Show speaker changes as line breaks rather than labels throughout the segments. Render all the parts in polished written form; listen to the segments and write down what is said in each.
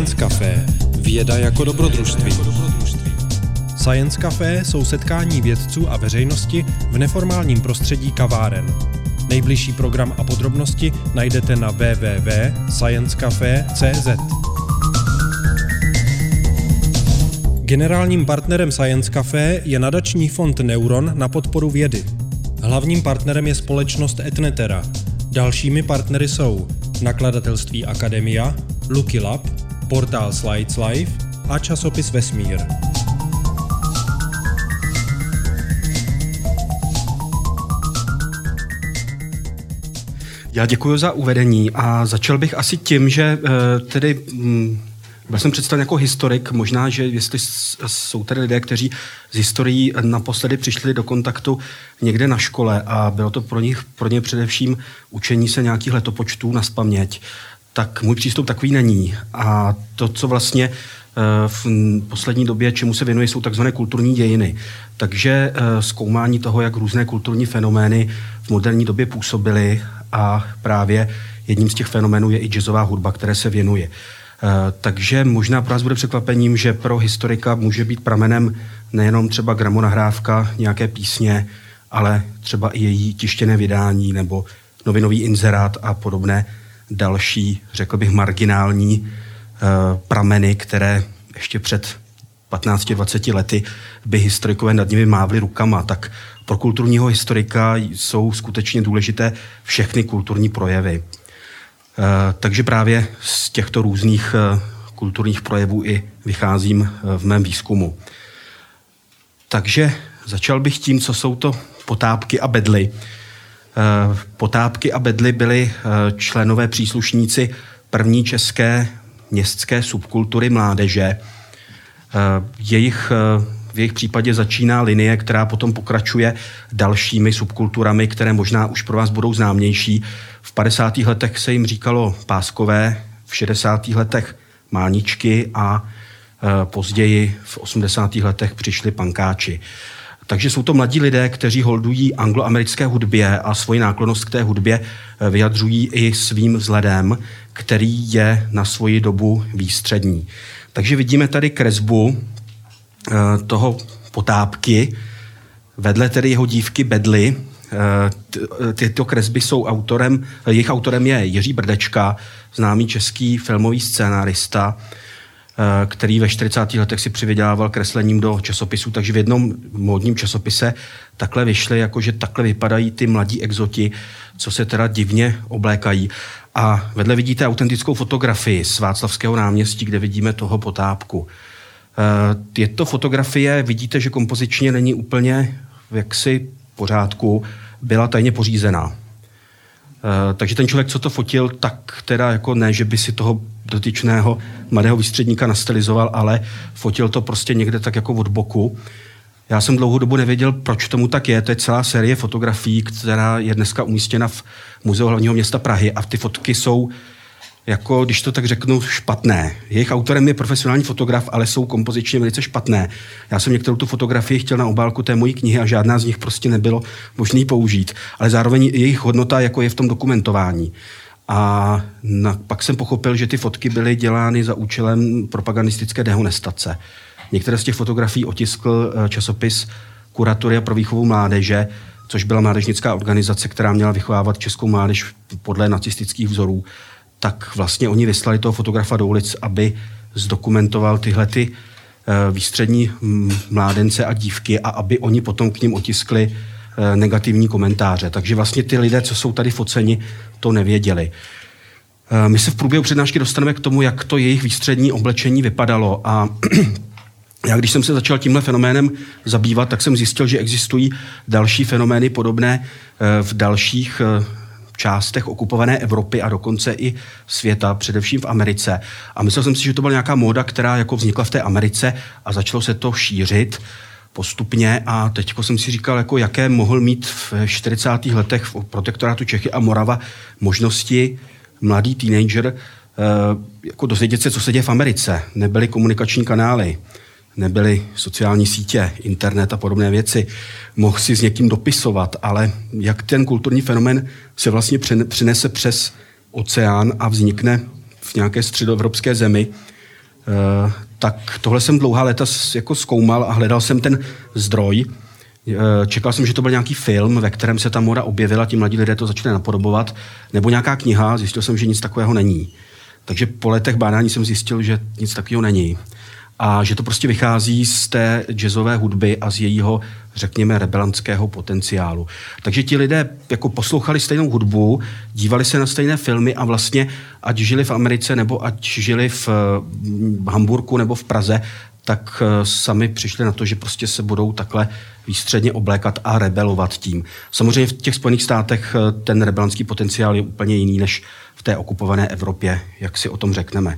Science Café. Věda jako dobrodružství. Science Café jsou setkání vědců a veřejnosti v neformálním prostředí kaváren. Nejbližší program a podrobnosti najdete na www.sciencecafe.cz. Generálním partnerem Science Café je nadační fond Neuron na podporu vědy. Hlavním partnerem je společnost Etnetera. Dalšími partnery jsou nakladatelství Akademia, Lucky Lab, portál Slides Live a časopis Vesmír.
Já děkuji za uvedení a začal bych asi tím, že byl jsem představen jako historik, možná, že jestli jsou tady lidé, kteří z historií naposledy přišli do kontaktu někde na škole a bylo to pro ně především učení se nějakých letopočtů nazpaměť, tak můj přístup takový není. A to, co vlastně v poslední době, čemu se věnuje, jsou takzvané kulturní dějiny. Takže zkoumání toho, jak různé kulturní fenomény v moderní době působily, a právě jedním z těch fenoménů je i jazzová hudba, které se věnuje. Takže možná pro nás bude překvapením, že pro historika může být pramenem nejenom třeba gramonahrávka, nějaké písně, ale třeba i její tištěné vydání nebo novinový inzerát a podobné další, řekl bych, marginální prameny, které ještě před 15-20 lety by historikové nad nimi mávli rukama. Tak pro kulturního historika jsou skutečně důležité všechny kulturní projevy. Takže právě z těchto různých kulturních projevů i vycházím v mém výzkumu. Takže začal bych tím, co jsou to Potápky a Bedly. Potápky a Bedly byli členové příslušníci první české městské subkultury mládeže. V jejich případě začíná linie, která potom pokračuje dalšími subkulturami, které možná už pro vás budou známější. V 50. letech se jim říkalo páskové, v 60. letech máničky a později v 80. letech přišli pankáči. Takže jsou to mladí lidé, kteří holdují angloamerické hudbě a svoji náklonnost k té hudbě vyjadřují i svým vzhledem, který je na svoji dobu výstřední. Takže vidíme tady kresbu toho Potápky, vedle tedy jeho dívky Bedly. Tyto kresby jsou jejich autorem je Jiří Brdečka, známý český filmový scénárista, který ve 40. letech si přivydělával kreslením do časopisů, takže v jednom módním časopise takhle vyšly, jakože takhle vypadají ty mladí exoti, co se teda divně oblékají. A vedle vidíte autentickou fotografii z Václavského náměstí, kde vidíme toho Potápku. Je to fotografie, vidíte, že kompozičně není úplně jaksi v pořádku, byla tajně pořízená. Takže ten člověk, co to fotil, tak teda jako ne, že by si toho dotyčného mladého výstředníka nastylizoval, ale fotil to prostě někde tak jako od boku. Já jsem dlouhou dobu nevěděl, proč tomu tak je. To je celá série fotografií, která je dneska umístěna v Muzeu hlavního města Prahy a ty fotky jsou, jako když to tak řeknu, špatné. Jejich autorem je profesionální fotograf, ale jsou kompozičně velice špatné. Já jsem některou tu fotografii chtěl na obálku té mojí knihy a žádná z nich prostě nebylo možné použít. Ale zároveň jejich hodnota jako je v tom dokumentování. A pak jsem pochopil, že ty fotky byly dělány za účelem propagandistické dehonestace. Některé z těch fotografií otiskl časopis Kuratoria pro výchovu mládeže, což byla mládežnická organizace, která měla vychovávat českou mládež podle nacistických vzorů. Tak vlastně oni vyslali toho fotografa do ulic, aby zdokumentoval tyhle ty výstřední mládence a dívky a aby oni potom k nim otiskli negativní komentáře. Takže vlastně ty lidé, co jsou tady foceni, to nevěděli. My se v průběhu přednášky dostaneme k tomu, jak to jejich výstřední oblečení vypadalo a já, když jsem se začal tímhle fenoménem zabývat, tak jsem zjistil, že existují další fenomény podobné v dalších částech okupované Evropy a dokonce i světa, především v Americe. A myslel jsem si, že to byla nějaká móda, která jako vznikla v té Americe a začalo se to šířit postupně a teďko jsem si říkal, jako jaké mohl mít v 40. letech v protektorátu Čechy a Morava možnosti mladý teenager jako dozvědět se, co se děje v Americe. Nebyly komunikační kanály, nebyly sociální sítě, internet a podobné věci. Mohl si s někým dopisovat, ale jak ten kulturní fenomén se vlastně přinese přes oceán a vznikne v nějaké středoevropské zemi, tak tohle jsem dlouhá léta jako zkoumal a hledal jsem ten zdroj. Čekal jsem, že to byl nějaký film, ve kterém se ta móda objevila, ti mladí lidé to začali napodobovat, nebo nějaká kniha, zjistil jsem, že nic takového není. Takže po letech bádání jsem zjistil, že nic takového není. A že to prostě vychází z té jazzové hudby a z jejího, řekněme, rebelantského potenciálu. Takže ti lidé jako poslouchali stejnou hudbu, dívali se na stejné filmy a vlastně, ať žili v Americe, nebo ať žili v Hamburku nebo v Praze, tak sami přišli na to, že prostě se budou takhle výstředně oblékat a rebelovat tím. Samozřejmě v těch Spojených státech ten rebelantský potenciál je úplně jiný než v té okupované Evropě, jak si o tom řekneme.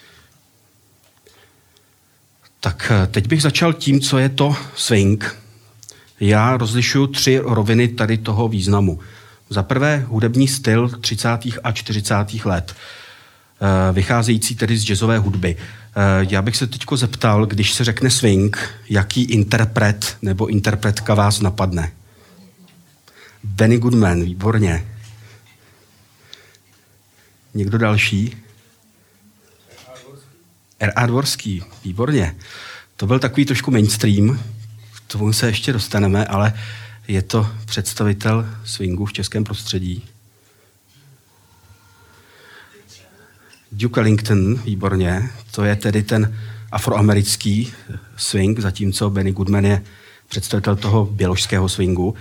Tak teď bych začal tím, co je to swing. Já rozlišuju 3 roviny tady toho významu. Za prvé hudební styl 30. a 40. let, vycházející tedy z jazzové hudby. Já bych se teďko zeptal, když se řekne swing, jaký interpret nebo interpretka vás napadne? Benny Goodman, výborně. Někdo další? R.A. Dvorský, výborně. To byl takový trošku mainstream, k tomu se ještě dostaneme, ale je to představitel swingu v českém prostředí. Duke Ellington, výborně. To je tedy ten afroamerický swing, zatímco Benny Goodman je představitel toho běložského swingu.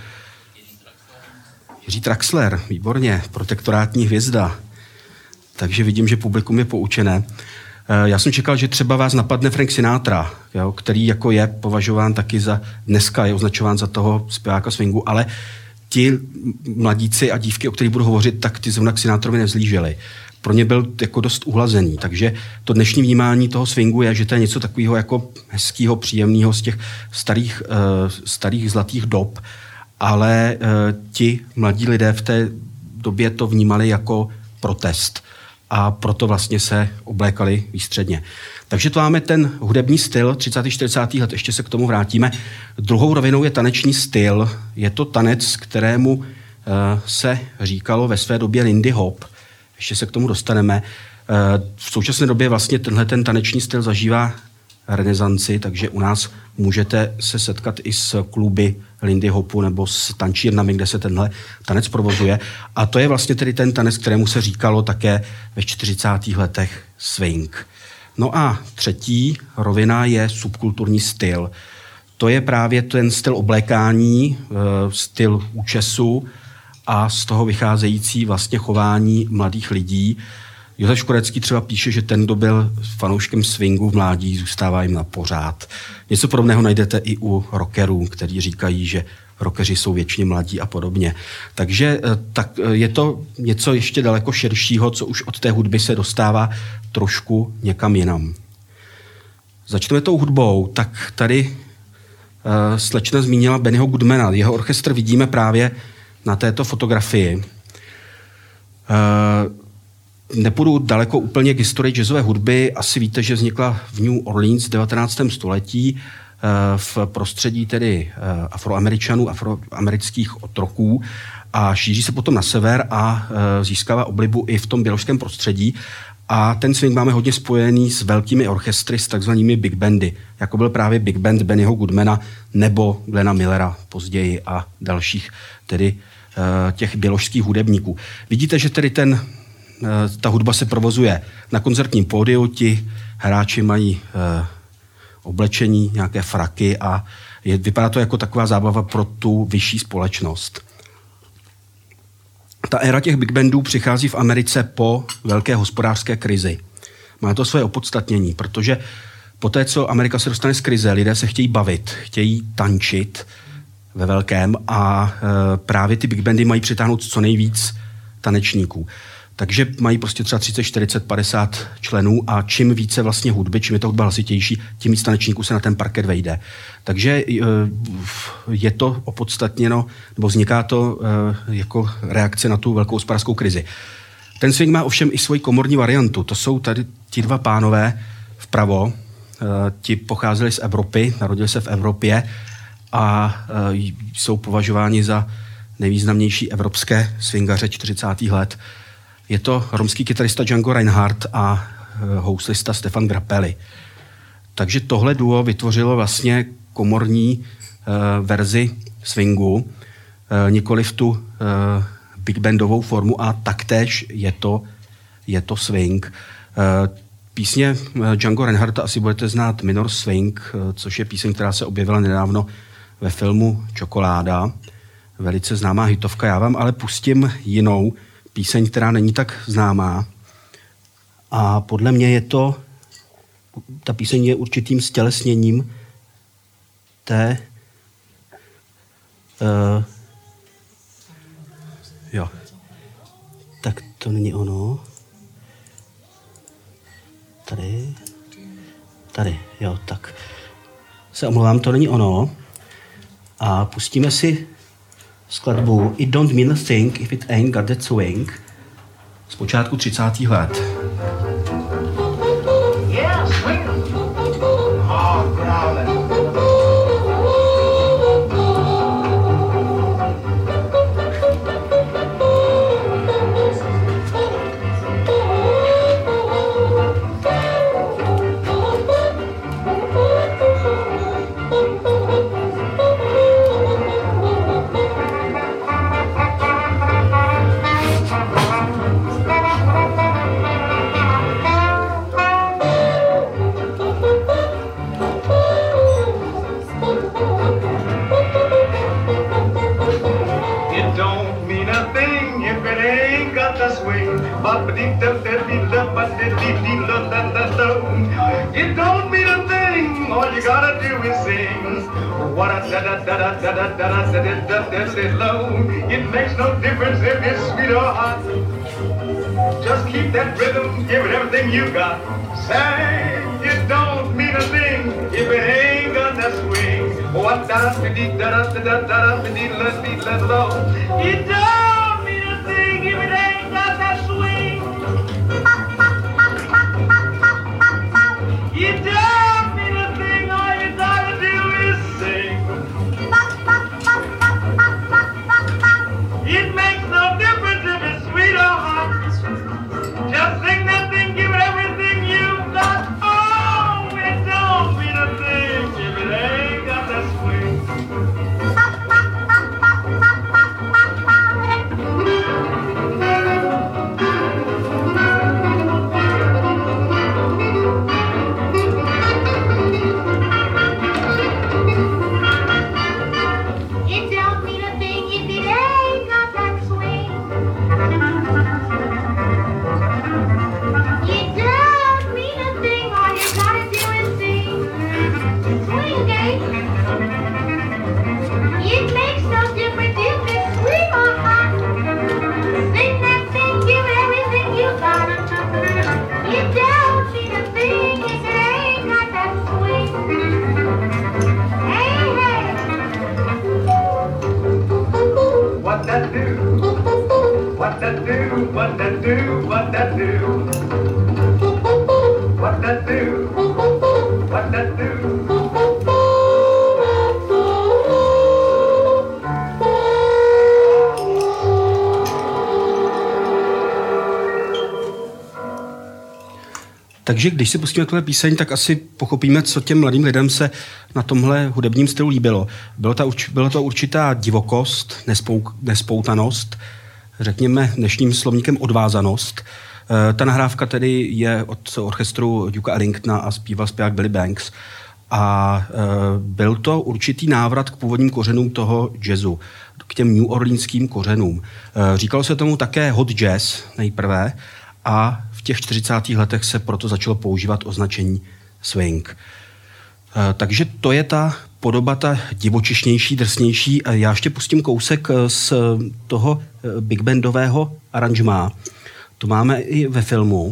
Jiří Traxler, výborně. Protektorátní hvězda. Takže vidím, že publikum je poučené. Já jsem čekal, že třeba vás napadne Frank Sinatra, jo, který jako je považován taky za, dneska je označován za toho zpěváka swingu, ale ti mladíci a dívky, o kterých budu hovořit, tak ty zrovna k Sinatrovi nevzlíželi. Pro ně byl jako dost uhlazený, takže to dnešní vnímání toho swingu je, že to je něco takového jako hezkého, příjemného z těch starých zlatých dob, ale ti mladí lidé v té době to vnímali jako protest a proto vlastně se oblékali výstředně. Takže to máme ten hudební styl 30. 40. let, ještě se k tomu vrátíme. Druhou rovinou je taneční styl. Je to tanec, kterému se říkalo ve své době Lindy Hop. Ještě se k tomu dostaneme. V současné době vlastně tenhle ten taneční styl zažívá renesanci, takže u nás můžete se setkat i s kluby Lindy Hopu nebo s tančírnami, kde se tenhle tanec provozuje. A to je vlastně tedy ten tanec, kterému se říkalo také ve 40. letech swing. No a třetí rovina je subkulturní styl. To je právě ten styl oblékání, styl účesu a z toho vycházející vlastně chování mladých lidí. Josef Škorecký třeba píše, že ten, kdo byl fanouškem swingu v mládí, zůstává jim na pořád. Něco podobného najdete i u rockerů, kteří říkají, že rockeři jsou věčně mladí a podobně. Takže tak je to něco ještě daleko širšího, co už od té hudby se dostává trošku někam jinam. Začneme tou hudbou. Tak tady slečna zmínila Bennyho Goodmana. Jeho orchestr vidíme právě na této fotografii. Nepůjdu daleko úplně k historii jazzové hudby. Asi víte, že vznikla v New Orleans v 19. století v prostředí tedy Afroameričanů, afroamerických otroků a šíří se potom na sever a získává oblibu i v tom běložském prostředí. A ten swing máme hodně spojený s velkými orchestry, s takzvanými big bandy, jako byl právě big band Bennyho Goodmana nebo Glena Millera později a dalších tedy těch běložských hudebníků. Vidíte, že tedy ta hudba se provozuje na koncertním pódiu, ti hráči mají oblečení, nějaké fraky a vypadá to jako taková zábava pro tu vyšší společnost. Ta éra těch big bandů přichází v Americe po velké hospodářské krizi. Má to své opodstatnění, protože poté, co Amerika se dostane z krize, lidé se chtějí bavit, chtějí tančit ve velkém a právě ty big bandy mají přitáhnout co nejvíc tanečníků. Takže mají prostě třeba 30, 40, 50 členů a čím více vlastně hudby, čím je to hudba hlasitější, tím víc tanečníků se na ten parket vejde. Takže je to opodstatněno, nebo vzniká to jako reakce na tu velkou hospodářskou krizi. Ten swing má ovšem i svoji komorní variantu. To jsou tady ti dva pánové vpravo. Ti pocházeli z Evropy, narodili se v Evropě a jsou považováni za nejvýznamnější evropské swingaře 40. let. Je to romský kytarista Django Reinhardt a houslista Stefan Grappelli. Takže tohle duo vytvořilo vlastně komorní verzi swingu, nikoliv tu big bandovou formu a taktéž je to swing. Písně Django Reinhardta asi budete znát Minor Swing, což je píseň, která se objevila nedávno ve filmu Čokoláda. Velice známá hitovka. Já vám ale pustím jinou píseň, která není tak známá. A podle mě ta píseň je určitým stělesněním té jo. Tak to není ono. Tady, jo, tak. Se omlouvám, to není ono. A pustíme si skladbu It Don't Mean a Thing If It Ain't Got That Swing z počátku 30. let.
Yeah, swing. Oh, growling. It don't mean a thing, all you gotta do is sing. What a da da da da da da da da da da da low. It makes no difference if it's sweet or hot. Just keep that rhythm, give it everything you got. Say, it don't mean a thing if it ain't got that swing. What da da da da da da da da da low. It don't mean a thing if it ain't got that swing. You don't mean a thing, all you gotta do is sing. It makes no difference if it's sweet or hot. Just sing that thing, give it everything you've got. Oh, it don't mean a thing if it ain't got that swing.
Takže když si pustíme tuhle píseň, tak asi pochopíme, co těm mladým lidem se na tomhle hudebním stylu líbilo. Byla to určitá divokost, nespoutanost, řekněme dnešním slovníkem odvázanost. Ta nahrávka tedy je od orchestru Duke'a Ellingtona a zpíval zpěvák Billy Banks. A byl to určitý návrat k původním kořenům toho jazzu, k těm New Orleanským kořenům. Říkalo se tomu také hot jazz nejprve a v těch 40. letech se proto začalo používat označení swing. Takže to je ta podoba, ta divočišnější, drsnější. Já ještě pustím kousek z toho big bandového aranžmá. To máme i ve filmu.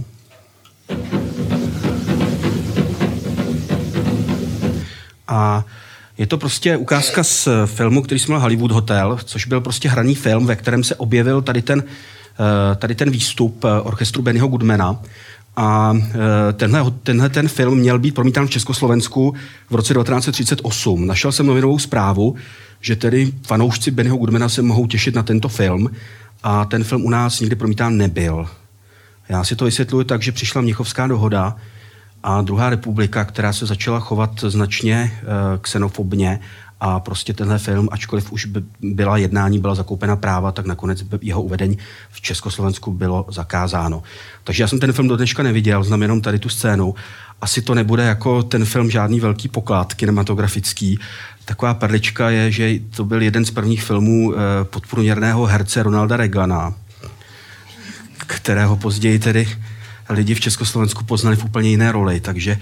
A je to prostě ukázka z filmu, který se jmenoval Hollywood Hotel, což byl prostě hraný film, ve kterém se objevil tady ten výstup orchestru Bennyho Goodmana. A tenhle film měl být promítán v Československu v roce 1938. Našel jsem novinovou zprávu, že tedy fanoušci Bennyho Goodmana se mohou těšit na tento film a ten film u nás nikdy promítán nebyl. Já si to vysvětluji tak, že přišla Mnichovská dohoda a druhá republika, která se začala chovat značně xenofobně a prostě tenhle film, ačkoliv už byla jednání, byla zakoupena práva, tak nakonec jeho uvedení v Československu bylo zakázáno. Takže já jsem ten film do dneška neviděl, znám jenom tady tu scénu. Asi to nebude jako ten film žádný velký poklad kinematografický. Taková perlička je, že to byl jeden z prvních filmů podprůměrného herce Ronalda Reagana, kterého později tedy lidi v Československu poznali v úplně jiné roli, takže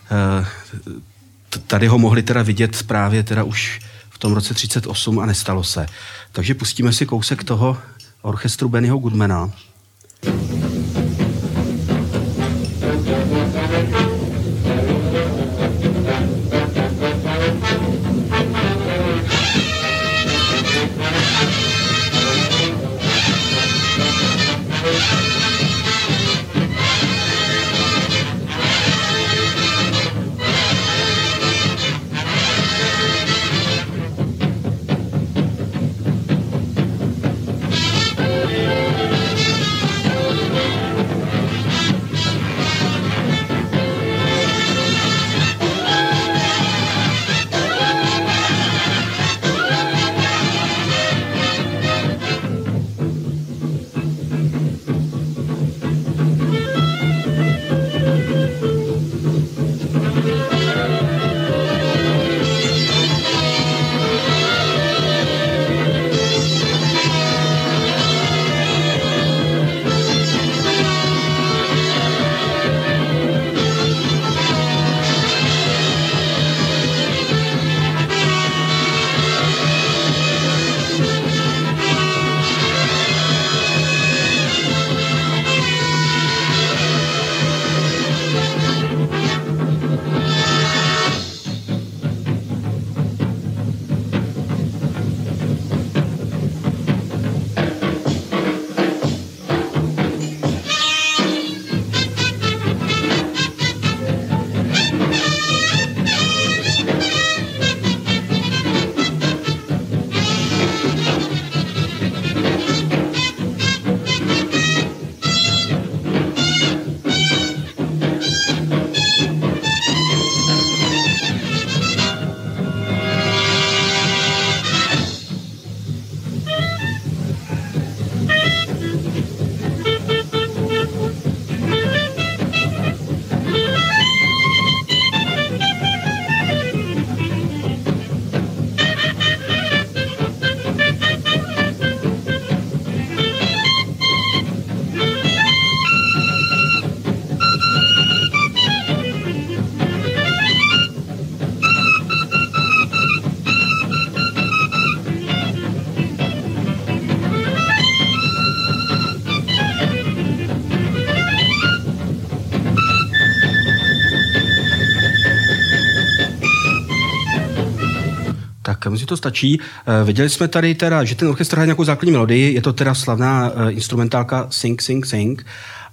tady ho mohli teda vidět právě teda už v tom roce 1938 a nestalo se. Takže pustíme si kousek toho orchestru Bennyho Goodmana. Myslím, že to stačí. Viděli jsme tady teda, že ten orchestr hraje nějakou základní melodii, je to teda slavná instrumentálka Sing, Sing, Sing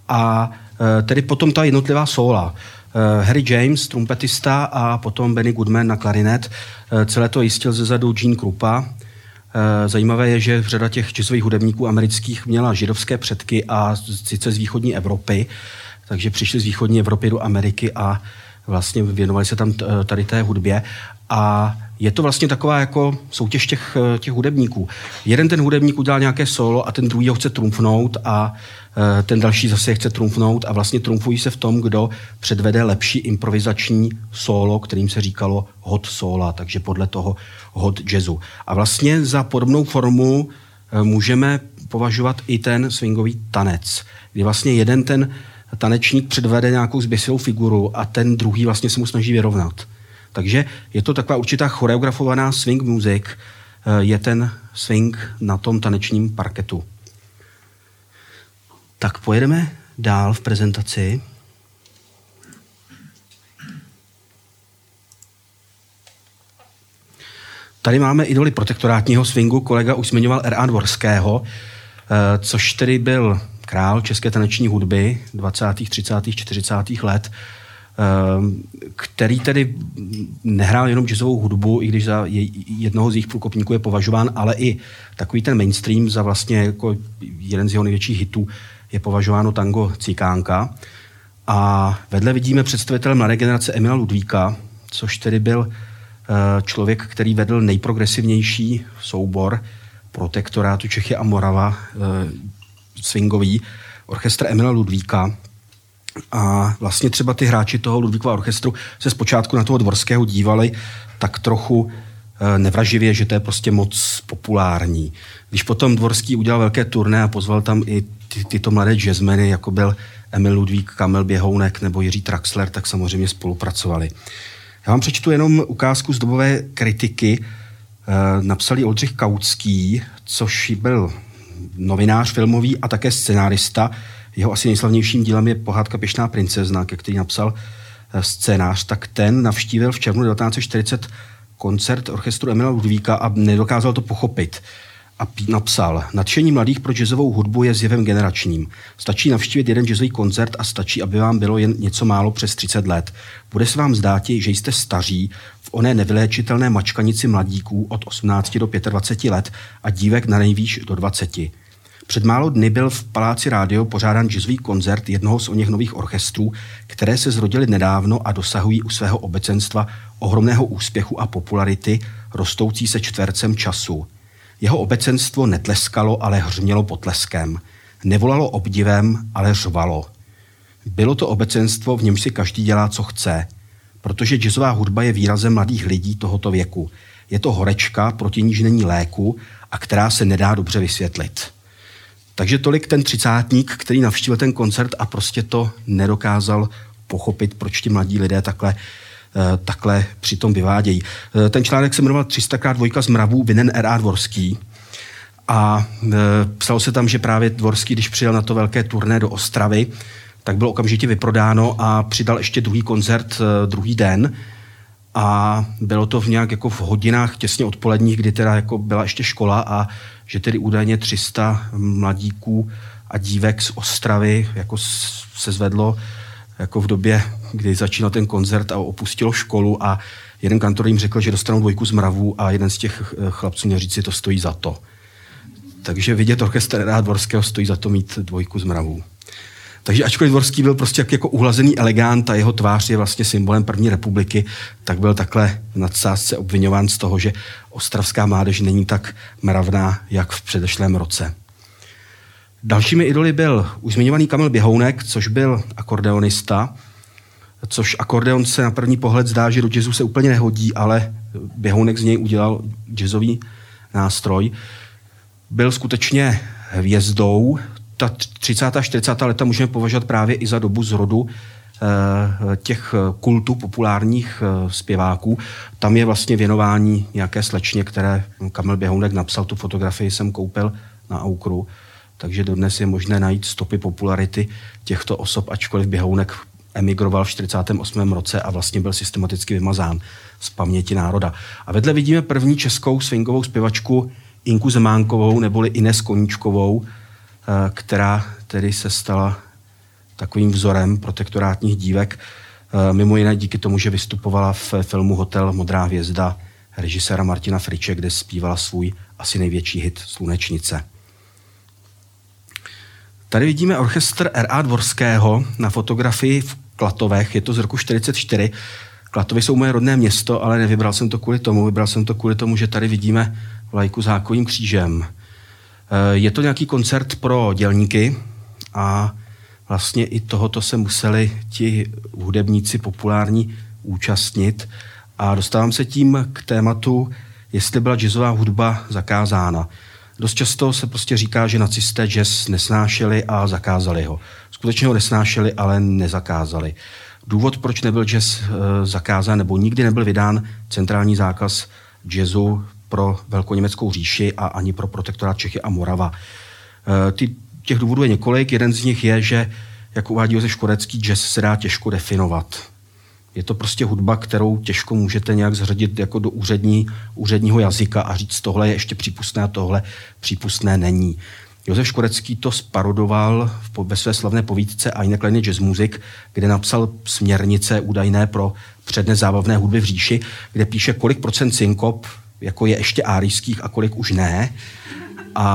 a tedy potom ta jednotlivá sóla. Harry James, trumpetista a potom Benny Goodman na klarinet. Celé to jistil zezadu Gene Krupa. Zajímavé je, že řada těch jazzových hudebníků amerických měla židovské předky a sice z východní Evropy, takže přišli z východní Evropy do Ameriky a vlastně věnovali se tam tady té hudbě. A je to vlastně taková jako soutěž těch hudebníků. Jeden ten hudebník udělal nějaké solo a ten druhý ho chce trumfnout a ten další zase chce trumfnout a vlastně trumfují se v tom, kdo předvede lepší improvizační solo, kterým se říkalo hot sola, takže podle toho hot jazzu. A vlastně za podobnou formu můžeme považovat i ten swingový tanec, kdy vlastně jeden ten tanečník předvede nějakou zběsilou figuru a ten druhý vlastně se mu snaží vyrovnat. Takže je to taková určitá choreografovaná swing music, je ten swing na tom tanečním parketu. Tak pojedeme dál v prezentaci. Tady máme idoly protektorátního swingu, kolega už zmiňoval R.A. Dvorského, což tedy byl král české taneční hudby 20., 30., 40. let, který tedy nehrál jenom jazzovou hudbu, i když za jednoho z jejich průkopníků je považován, ale i takový ten mainstream za vlastně jako jeden z jeho největších hitů je považováno tango Cikánka. A vedle vidíme představitele mladé generace Emila Ludvíka, což tedy byl člověk, který vedl nejprogresivnější soubor protektorátu Čechy a Morava, swingový, orchestr Emila Ludvíka. A vlastně třeba ty hráči toho Ludvíkova orchestru se zpočátku na toho Dvorského dívali tak trochu nevraživě, že to je prostě moc populární. Když potom Dvorský udělal velké turné a pozval tam i tyto mladé jazzmeny, jako byl Emil Ludvík, Kamil Běhounek nebo Jiří Traxler, tak samozřejmě spolupracovali. Já vám přečtu jenom ukázku z dobové kritiky. Napsal ji Oldřich Kautský, což byl novinář filmový a také scenárista. Jeho asi nejslavnějším dílem je Pohádka Pyšná princezna, ke který napsal scénář. Tak ten navštívil v červnu 1940 koncert orchestru Emila Ludvíka a nedokázal to pochopit. A napsal: nadšení mladých pro jazzovou hudbu je zjevem generačním. Stačí navštívit jeden jazzový koncert a stačí, aby vám bylo jen něco málo přes 30 let. Bude se vám zdáti, že jste staří v oné nevyléčitelné mačkanici mladíků od 18 do 25 let a dívek na nejvýš do 20. Před málo dny byl v Paláci Rádio pořádán jazzový koncert jednoho z oněch nových orchestrů, které se zrodily nedávno a dosahují u svého obecenstva ohromného úspěchu a popularity, rostoucí se čtvercem času. Jeho obecenstvo netleskalo, ale hřmělo potleskem. Nevolalo obdivem, ale řvalo. Bylo to obecenstvo, v němž si každý dělá, co chce, protože jazzová hudba je výrazem mladých lidí tohoto věku. Je to horečka, proti níž není léku a která se nedá dobře vysvětlit. Takže tolik ten třicátník, který navštívil ten koncert a prostě to nedokázal pochopit, proč ti mladí lidé takhle přitom vyvádějí. Ten článek se jmenoval 300krát dvojka z mravů, vinen R.A. Dvorský. A psalo se tam, že právě Dvorský, když přijel na to velké turné do Ostravy, tak bylo okamžitě vyprodáno a přidal ještě druhý koncert druhý den. A bylo to nějak jako v hodinách těsně odpoledních, kdy teda jako byla ještě škola a že tedy údajně 300 mladíků a dívek z Ostravy jako se zvedlo jako v době, kdy začínal ten koncert a opustilo školu a jeden kantor jim řekl, že dostanou dvojku z mravů a jeden z těch chlapců měl říct si, to stojí za to. Takže vidět orchestr R.A. Dvorského stojí za to mít dvojku z mravů. Takže ačkoliv Dvorský byl prostě jako uhlazený elegant a jeho tvář je vlastně symbolem první republiky, tak byl takhle v nadsázce obviňován z toho, že ostravská mládež není tak mravná, jak v předešlém roce. Dalšími idoly byl už zmiňovaný Kamil Běhounek, což byl akordeonista, což akordeon se na první pohled zdá, že do jazzu se úplně nehodí, ale Běhounek z něj udělal jazzový nástroj. Byl skutečně hvězdou. Ta 30. a 40. leta můžeme považovat právě i za dobu zrodu těch kultů populárních zpěváků. Tam je vlastně věnování nějaké slečně, které Kamil Běhounek napsal, tu fotografii jsem koupil na Aukru, takže dodnes je možné najít stopy popularity těchto osob, ačkoliv Běhounek emigroval v 48. roce a vlastně byl systematicky vymazán z paměti národa. A vedle vidíme první českou swingovou zpěvačku Inku Zemánkovou neboli Ines Koníčkovou, která tedy se stala takovým vzorem protektorátních dívek. Mimo jiné díky tomu, že vystupovala v filmu Hotel Modrá hvězda režiséra Martina Friče, kde zpívala svůj asi největší hit Slunečnice. Tady vidíme orchestr R.A. Dvorského na fotografii v Klatovech. Je to z roku 1944. Klatovy jsou moje rodné město, ale nevybral jsem to kvůli tomu. Vybral jsem to kvůli tomu, že tady vidíme vlajku s hákovým křížem. Je to nějaký koncert pro dělníky a vlastně i tohoto se museli ti hudebníci populární účastnit. A dostávám se tím k tématu, jestli byla jazzová hudba zakázána. Dost často se prostě říká, že nacisté jazz nesnášeli a zakázali ho. Skutečně ho nesnášeli, ale nezakázali. Důvod, proč nebyl jazz zakázán, nebo nikdy nebyl vydán centrální zákaz jazzu pro Velkoněmeckou říši a ani pro protektorát Čechy a Morava. Těch důvodů je několik. Jeden z nich je, že, jak uvádí Josef Škorecký, jazz se dá těžko definovat. Je to prostě hudba, kterou těžko můžete nějak zřadit jako do úředního jazyka a říct, tohle je ještě přípustné a tohle přípustné není. Josef Škorecký to sparodoval ve své slavné povídce Eine kleine Jazzmusik, kde napsal směrnice údajné pro přednes zábavné hudby v říši, kde píše, kolik procent synkop jako je ještě árijských a kolik už ne. A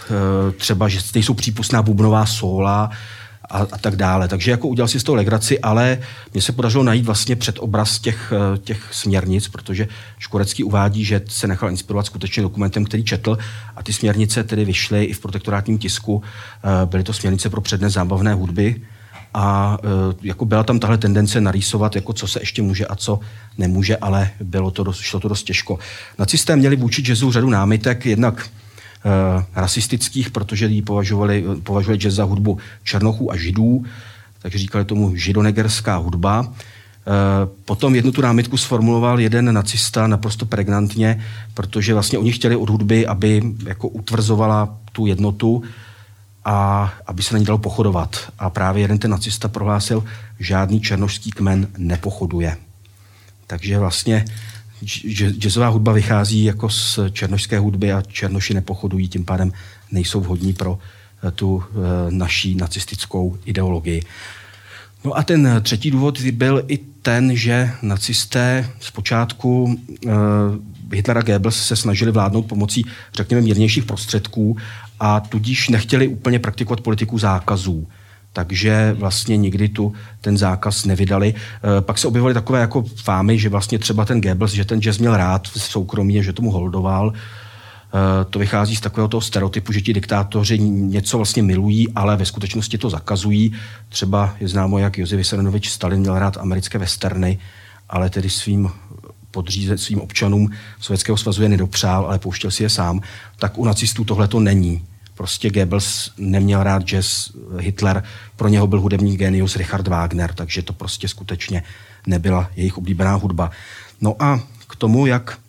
třeba, že nejsou přípustná bubnová sóla a tak dále. Takže jako udělal si z toho legraci, ale mně se podařilo najít vlastně předobraz těch směrnic, protože Škorecký uvádí, že se nechal inspirovat skutečně dokumentem, který četl, a ty směrnice tedy vyšly i v protektorátním tisku. Byly to směrnice pro přednes zábavné hudby a jako byla tam tahle tendence narýsovat, jako co se ještě může a co nemůže, ale šlo to dost těžko. Nacisté měli vůči jazzu řadu námitek, jednak rasistických, protože ji považovali jazz za hudbu černochů a židů, takže říkali tomu židonegerská hudba. Potom jednu tu námitku sformuloval jeden nacista naprosto pregnantně, protože vlastně oni chtěli od hudby, aby jako utvrzovala tu jednotu a aby se na ní dalo pochodovat. A právě jeden ten nacista prohlásil, žádný černošský kmen nepochoduje. Takže vlastně jazzová hudba vychází jako z černošské hudby a černoši nepochodují, tím pádem nejsou vhodní pro tu naší nacistickou ideologii. No a ten třetí důvod byl i ten, že nacisté zpočátku Hitler a Goebbels se snažili vládnout pomocí, řekněme, mírnějších prostředků a tudíž nechtěli úplně praktikovat politiku zákazů. Takže vlastně nikdy ten zákaz nevydali. Pak se objevily takové jako fámy, že vlastně třeba ten Goebbels, že ten jazz měl rád v soukromí, že tomu holdoval. To vychází z takového toho stereotypu, že ti diktátoři něco vlastně milují, ale ve skutečnosti to zakazují. Třeba je známo, jak Josef Vissarionovič Stalin měl rád americké westerny, ale tedy svým občanům Sovětského svazu je nedopřál, ale pouštěl si je sám. Tak u nacistů tohle to není. Prostě Goebbels neměl rád jazz, Hitler, pro něho byl hudební génius Richard Wagner, takže to prostě skutečně nebyla jejich oblíbená hudba. No a k tomu, jak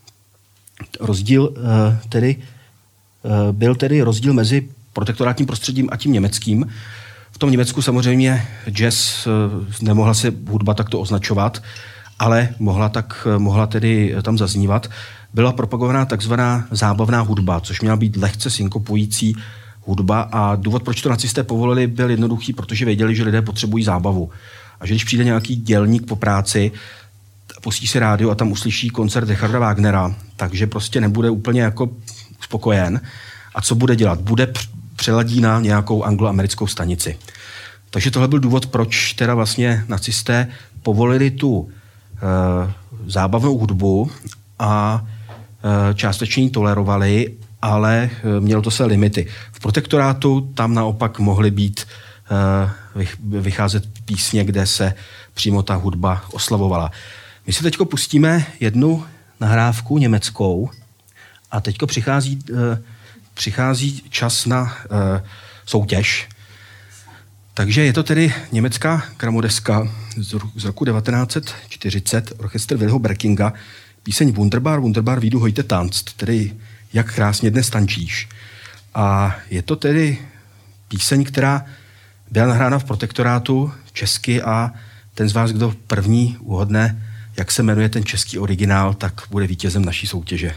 byl tedy rozdíl mezi protektorátním prostředím a tím německým. V tom Německu samozřejmě jazz nemohla se hudba takto označovat, ale mohla tedy tam zaznívat. Byla propagovaná takzvaná zábavná hudba, což měla být lehce synkopující hudba a důvod, proč to nacisté povolili, byl jednoduchý, protože věděli, že lidé potřebují zábavu. A že když přijde nějaký dělník po práci, pustí si rádio a tam uslyší koncert Richarda Wagnera, takže prostě nebude úplně jako spokojen. A co bude dělat? Přeladí na nějakou angloamerickou stanici. Takže tohle byl důvod, proč teda vlastně nacisté povolili tu zábavnou hudbu a částečně ji tolerovali, ale mělo to své limity. V protektorátu tam naopak mohly být vycházet písně, kde se přímo ta hudba oslavovala. My si teďko pustíme jednu nahrávku německou a teďko přichází čas na soutěž. Takže je to tedy německá gramodeska z roku 1940, orchestr Wilhelma Berkinga, píseň Wunderbar, Wunderbar, wie du heute tanzt, tedy jak krásně dnes tančíš. A je to tedy píseň, která byla nahrána v protektorátu česky a ten z vás, kdo první uhodne, jak se jmenuje ten český originál, tak bude vítězem naší soutěže.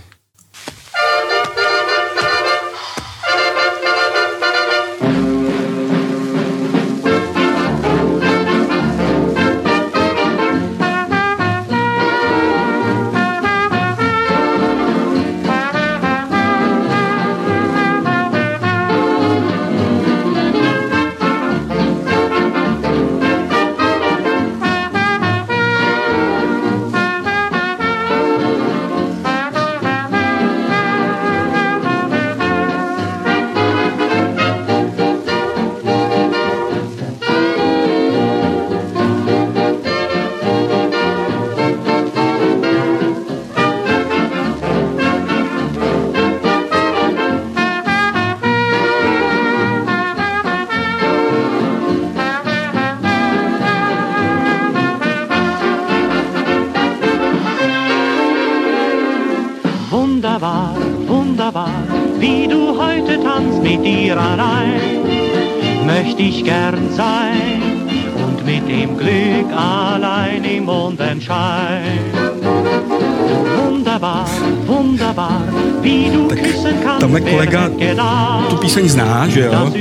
Wunderbar, wie du heute tanzt mit dir allein, möchte ich gern sein und mit dem Glück allein im Mondenschein. Wunderbar, wunderbar, wie du küssen kannst,
tamhle kolega tu píseň zná, že jo?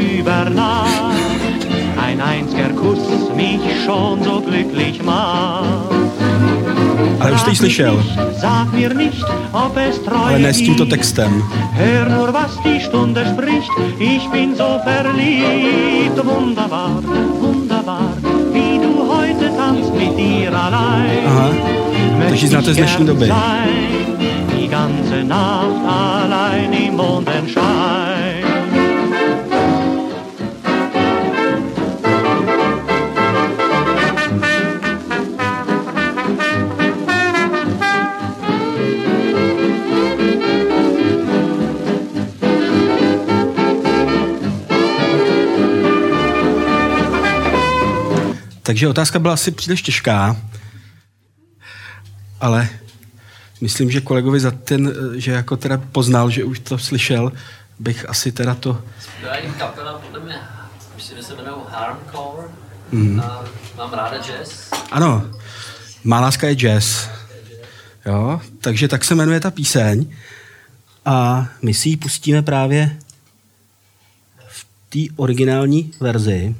Ein einziger Kuss mich schon so glücklich macht.
Ale Ale už jsi ji slyšel. Ale ne s tímto textem.
Hör nur, was die Stunde spricht, ich bin so verliebt. Wunderbar, wunderbar, wie du heute tanzt mit dir allein.
Aha, takže znáte z dnešní doby.
Die ganze Nacht allein im Mondenschein.
Takže otázka byla asi příliš těžká, ale myslím, že kolegovi za ten, že jako teda poznal, že už to slyšel, bych asi teda to...
Zpívají kapela, podle mě, myslím, že se jmenují Harmcore. Mám ráda jazz.
Ano, má láska je jazz. Jo, takže tak se jmenuje ta píseň a my si ji pustíme právě v té originální verzi.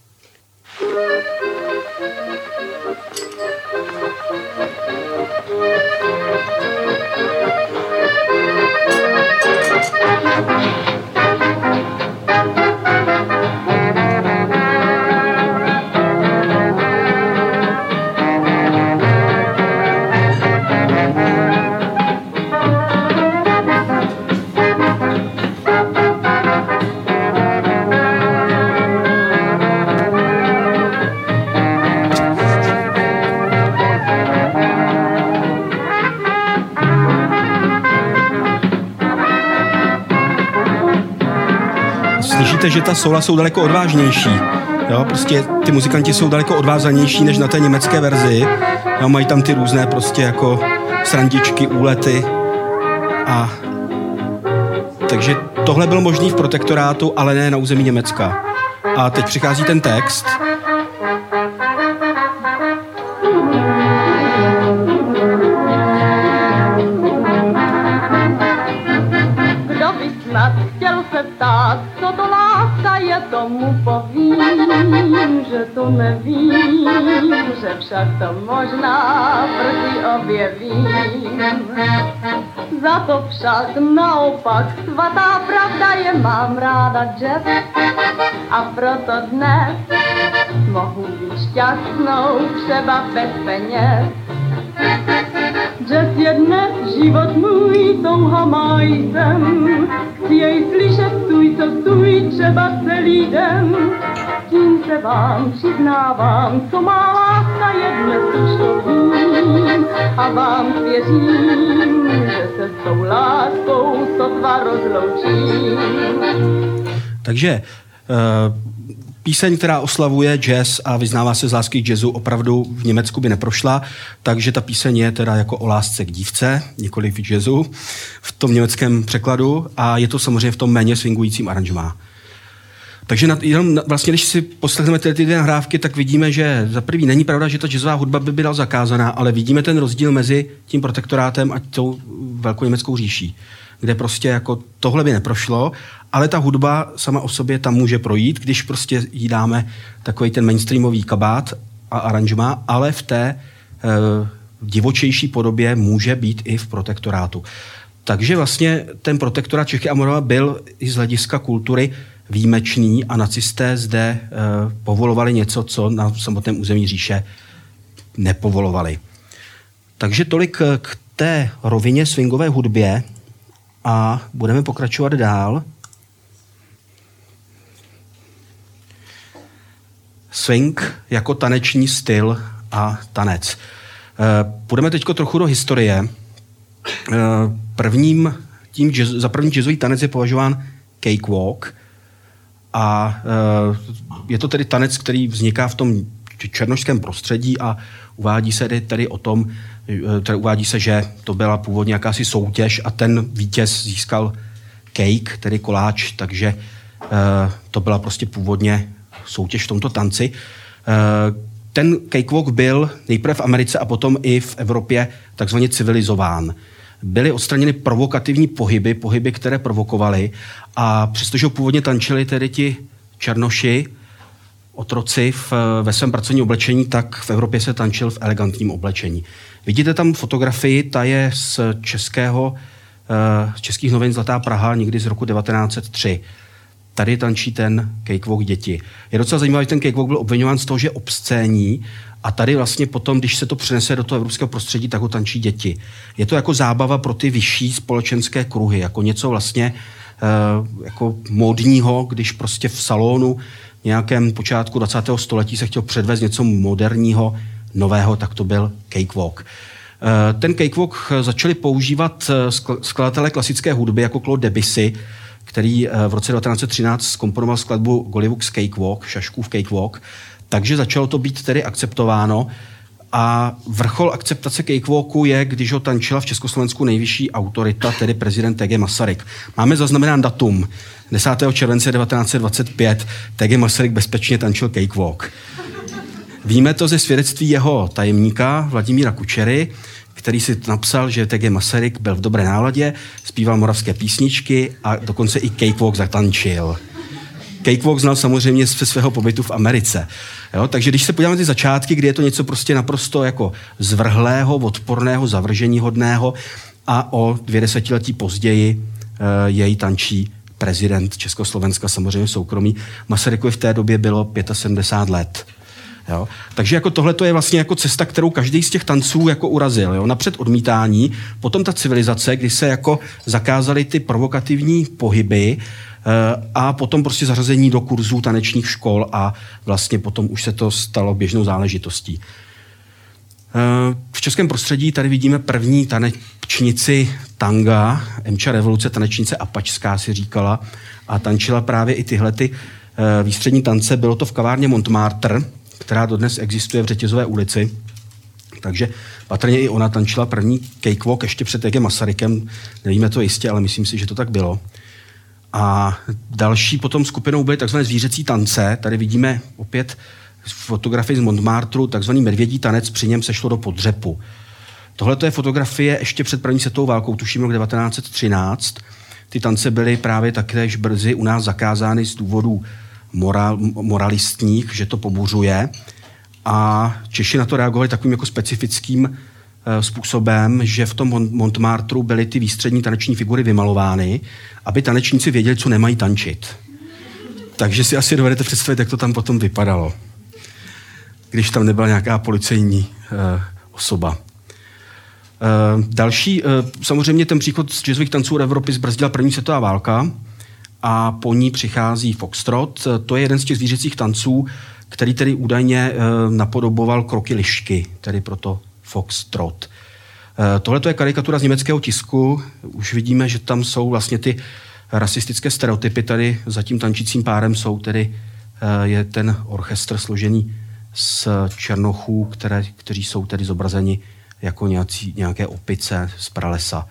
Že ta sola jsou daleko odvážnější. Jo, prostě ty muzikanti jsou daleko odvázanější než na té německé verzi. Jo, mají tam ty různé prostě jako srandičky, úlety. A takže tohle bylo možné v protektorátu, ale ne na území Německa. A teď přichází ten text.
Kdo by snad chtěl se ptát, co to láska je, tomu povím, že to nevím, že však to možná brzy objevím. Za to však naopak svatá pravda je, mám ráda jazz a proto dnes mohu být šťastnou třeba bez peněz. Jazz je dnes život můj, touha má jsem, chci jej slyšet stůj, co stůj, třeba celý den. Tím se vám přiznávám, co má láska je, dnes už to vím a vám věřím, že se s tou láskou sotva rozloučím.
Takže píseň, která oslavuje jazz a vyznává se z lásky k jazzu, opravdu v Německu by neprošla, takže ta píseň je teda jako o lásce k dívce, nikoliv k jazzu v tom německém překladu a je to samozřejmě v tom méně swingujícím aranžmá. Takže vlastně, když si poslechneme ty dvě nahrávky, tak vidíme, že za prvý není pravda, že ta jazzová hudba by byla zakázaná, ale vidíme ten rozdíl mezi tím protektorátem a tou velkou německou říší, kde prostě jako tohle by neprošlo, ale ta hudba sama o sobě tam může projít, když prostě jí dáme takový ten mainstreamový kabát a aranžma, ale v té divočejší podobě může být i v protektorátu. Takže vlastně ten protektorát Čechy a Morava byl i z hlediska kultury výjimečný a nacisté zde povolovali něco, co na samotném území říše nepovolovali. Takže tolik k té rovině swingové hudbě a budeme pokračovat dál. Swing jako taneční styl a tanec. Půjdeme teď trochu do historie. Za první jazzový tanec je považován cakewalk a je to tedy tanec, který vzniká v tom černošském prostředí a uvádí se tedy o tom, uvádí se, že to byla původně jakási soutěž a ten vítěz získal cake, tedy koláč, takže to byla prostě původně soutěž v tomto tanci. Ten cakewalk byl nejprve v Americe a potom i v Evropě takzvaně civilizován. Byly odstraněny provokativní pohyby, které provokovaly a přestože ho původně tančili tedy ti černoši, otroci ve svém pracovním oblečení, tak v Evropě se tančil v elegantním oblečení. Vidíte tam fotografii, ta je z českých novin Zlatá Praha, někdy z roku 1903. Tady tančí ten cakewalk děti. Je docela zajímavé, že ten cakewalk byl obviňován z toho, že je obscénní, a tady vlastně potom, když se to přenese do toho evropského prostředí, tak ho tančí děti. Je to jako zábava pro ty vyšší společenské kruhy, jako něco vlastně jako módního, když prostě v salonu nějakém počátku 20. století se chtěl předvést něco moderního, nového, tak to byl cakewalk. Ten cakewalk začali používat skladatelé klasické hudby jako Claude Debussy, který v roce 1913 zkomponoval skladbu Golliwogg's Cakewalk, Šaškův cakewalk, takže začalo to být tedy akceptováno a vrchol akceptace cakewalku je, když ho tančila v Československu nejvyšší autorita, tedy prezident T.G. Masaryk. Máme zaznamenán datum. 10. července 1925 T.G. Masaryk bezpečně tančil cakewalk. Víme to ze svědectví jeho tajemníka Vladimíra Kučery, který si napsal, že T.G. Masaryk byl v dobré náladě, zpíval moravské písničky a dokonce i cakewalk zatančil. Cakewalk znal samozřejmě ze svého pobytu v Americe. Jo? Takže když se podíváme na ty začátky, kdy je to něco prostě naprosto jako zvrhlého, odporného, zavrženíhodného a o 2 desetiletí později jej tančí prezident Československa, samozřejmě soukromý. Masarykovi v té době bylo 75 let. Jo? Takže jako tohle to je vlastně jako cesta, kterou každý z těch tanců jako urazil. Jo? Napřed odmítání, potom ta civilizace, kdy se jako zakázaly ty provokativní pohyby a potom prostě zařazení do kurzů tanečních škol a vlastně potom už se to stalo běžnou záležitostí. V českém prostředí tady vidíme první tanečnici tanga, Emča revoluce, tanečnice apačská si říkala a tančila právě i tyhle ty výstřední tance. Bylo to v kavárně Montmartre, která dodnes existuje v Řetězové ulici. Takže patrně i ona tančila první cakewalk ještě před T.G. Masarykem. Nevíme to jistě, ale myslím si, že to tak bylo. A další potom skupinou byly takzvané zvířecí tance. Tady vidíme opět fotografii z Montmartru, takzvaný medvědí tanec, při něm se šlo do podřepu. Tohle je fotografie ještě před první světovou válkou, tuším rok 1913. Ty tance byly právě taktéž brzy u nás zakázány z důvodů moralistních, že to pobuřuje. A Češi na to reagovali takovým jako specifickým způsobem, že v tom Montmartru byly ty výstřední taneční figury vymalovány, aby tanečníci věděli, co nemají tančit. Takže si asi dovedete představit, jak to tam potom vypadalo, když tam nebyla nějaká policejní osoba. Další, samozřejmě ten příchod z jazzových tanců do Evropy zbrzdila první světová válka a po ní přichází foxtrot. To je jeden z těch zvířecích tanců, který tedy údajně napodoboval kroky lišky, tedy proto foxtrot. Tohle je karikatura z německého tisku. Už vidíme, že tam jsou vlastně ty rasistické stereotypy. Tady za tím tančícím párem jsou tedy, je ten orchestr složený z černochů, kteří jsou tedy zobrazeni jako nějaké opice z pralesa.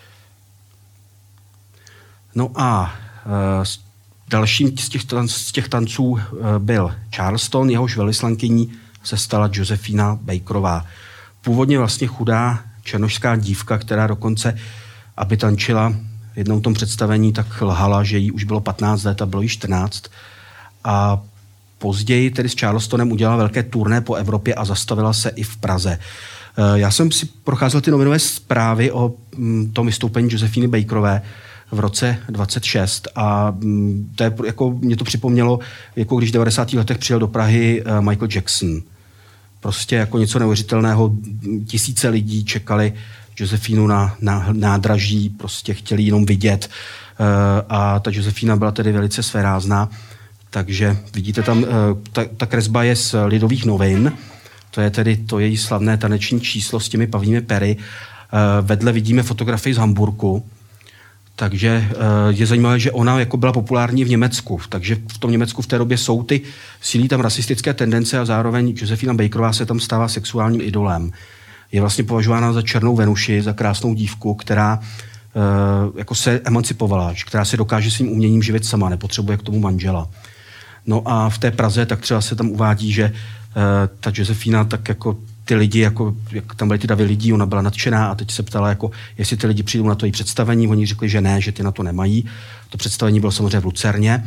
No a dalším z těch tanců byl Charleston, jehož velvyslankyní se stala Josephina Bakerová. Původně vlastně chudá černošská dívka, která dokonce, aby tančila v jednom tom představení, tak lhala, že jí už bylo 15 let a bylo jí 14. A později tedy s Charlestonem udělala velké turné po Evropě a zastavila se i v Praze. Já jsem si procházel ty novinové zprávy o tom vystoupení Josephiny Bakerové v roce 26 a to je, jako, mě to připomnělo, jako když v 90. letech přijel do Prahy Michael Jackson. Prostě jako něco neuvěřitelného. Tisíce lidí čekali Josephinu na nádraží, prostě chtěli jenom vidět a ta Josephina byla tedy velice svérázná. Takže vidíte tam, ta kresba je z Lidových novin, to je tedy to její slavné taneční číslo s těmi pavými pery. Vedle vidíme fotografii z Hamburku, takže je zajímavé, že ona jako byla populární v Německu, takže v tom Německu v té době jsou ty, sílí tam rasistické tendence a zároveň Josephina Bakerová se tam stává sexuálním idolem. Je vlastně považována za černou Venuši, za krásnou dívku, která jako se emancipovala, která se dokáže svým uměním živit sama, nepotřebuje k tomu manžela. No a v té Praze tak třeba se tam uvádí, že ta Josephina tak jako ty lidi, jako jak tam byly ty davy lidí, ona byla nadšená a teď se ptala, jako, jestli ty lidi přijdou na to její představení. Oni řekli, že ne, že ty na to nemají. To představení bylo samozřejmě v Lucerně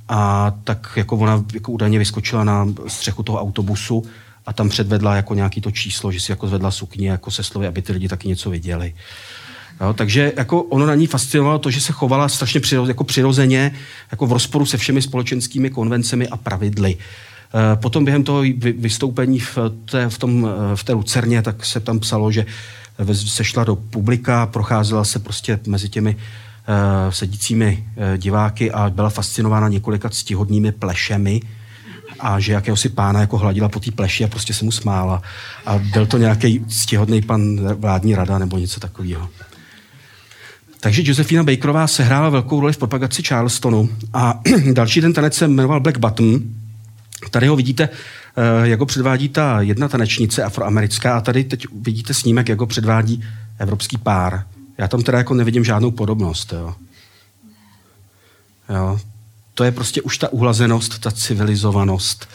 a tak jako ona jako údajně vyskočila na střechu toho autobusu a tam předvedla jako nějaký to číslo, že si jako zvedla sukni jako se slovy, aby ty lidi taky něco viděli. Jo, takže jako ono na ní fascinovalo to, že se chovala strašně přirozeně, jako v rozporu se všemi společenskými konvencemi a pravidly. Potom během toho vystoupení v té Lucerně, tak se tam psalo, že se šla do publika, procházela se prostě mezi těmi sedícími diváky a byla fascinována několika ctihodnými plešemi a že jakéhosi pána jako hladila po té pleši a prostě se mu smála. A byl to nějaký ctihodný pan vládní rada nebo něco takového. Takže Josefina Bakerová sehrála velkou roli v propagaci Charlestonu a další ten tanec se jmenoval Black Bottom. Tady ho vidíte, jak ho předvádí ta jedna tanečnice afroamerická a tady teď vidíte snímek, jak ho předvádí evropský pár. Já tam teda jako nevidím žádnou podobnost. Jo. To je prostě už ta uhlazenost, ta civilizovanost.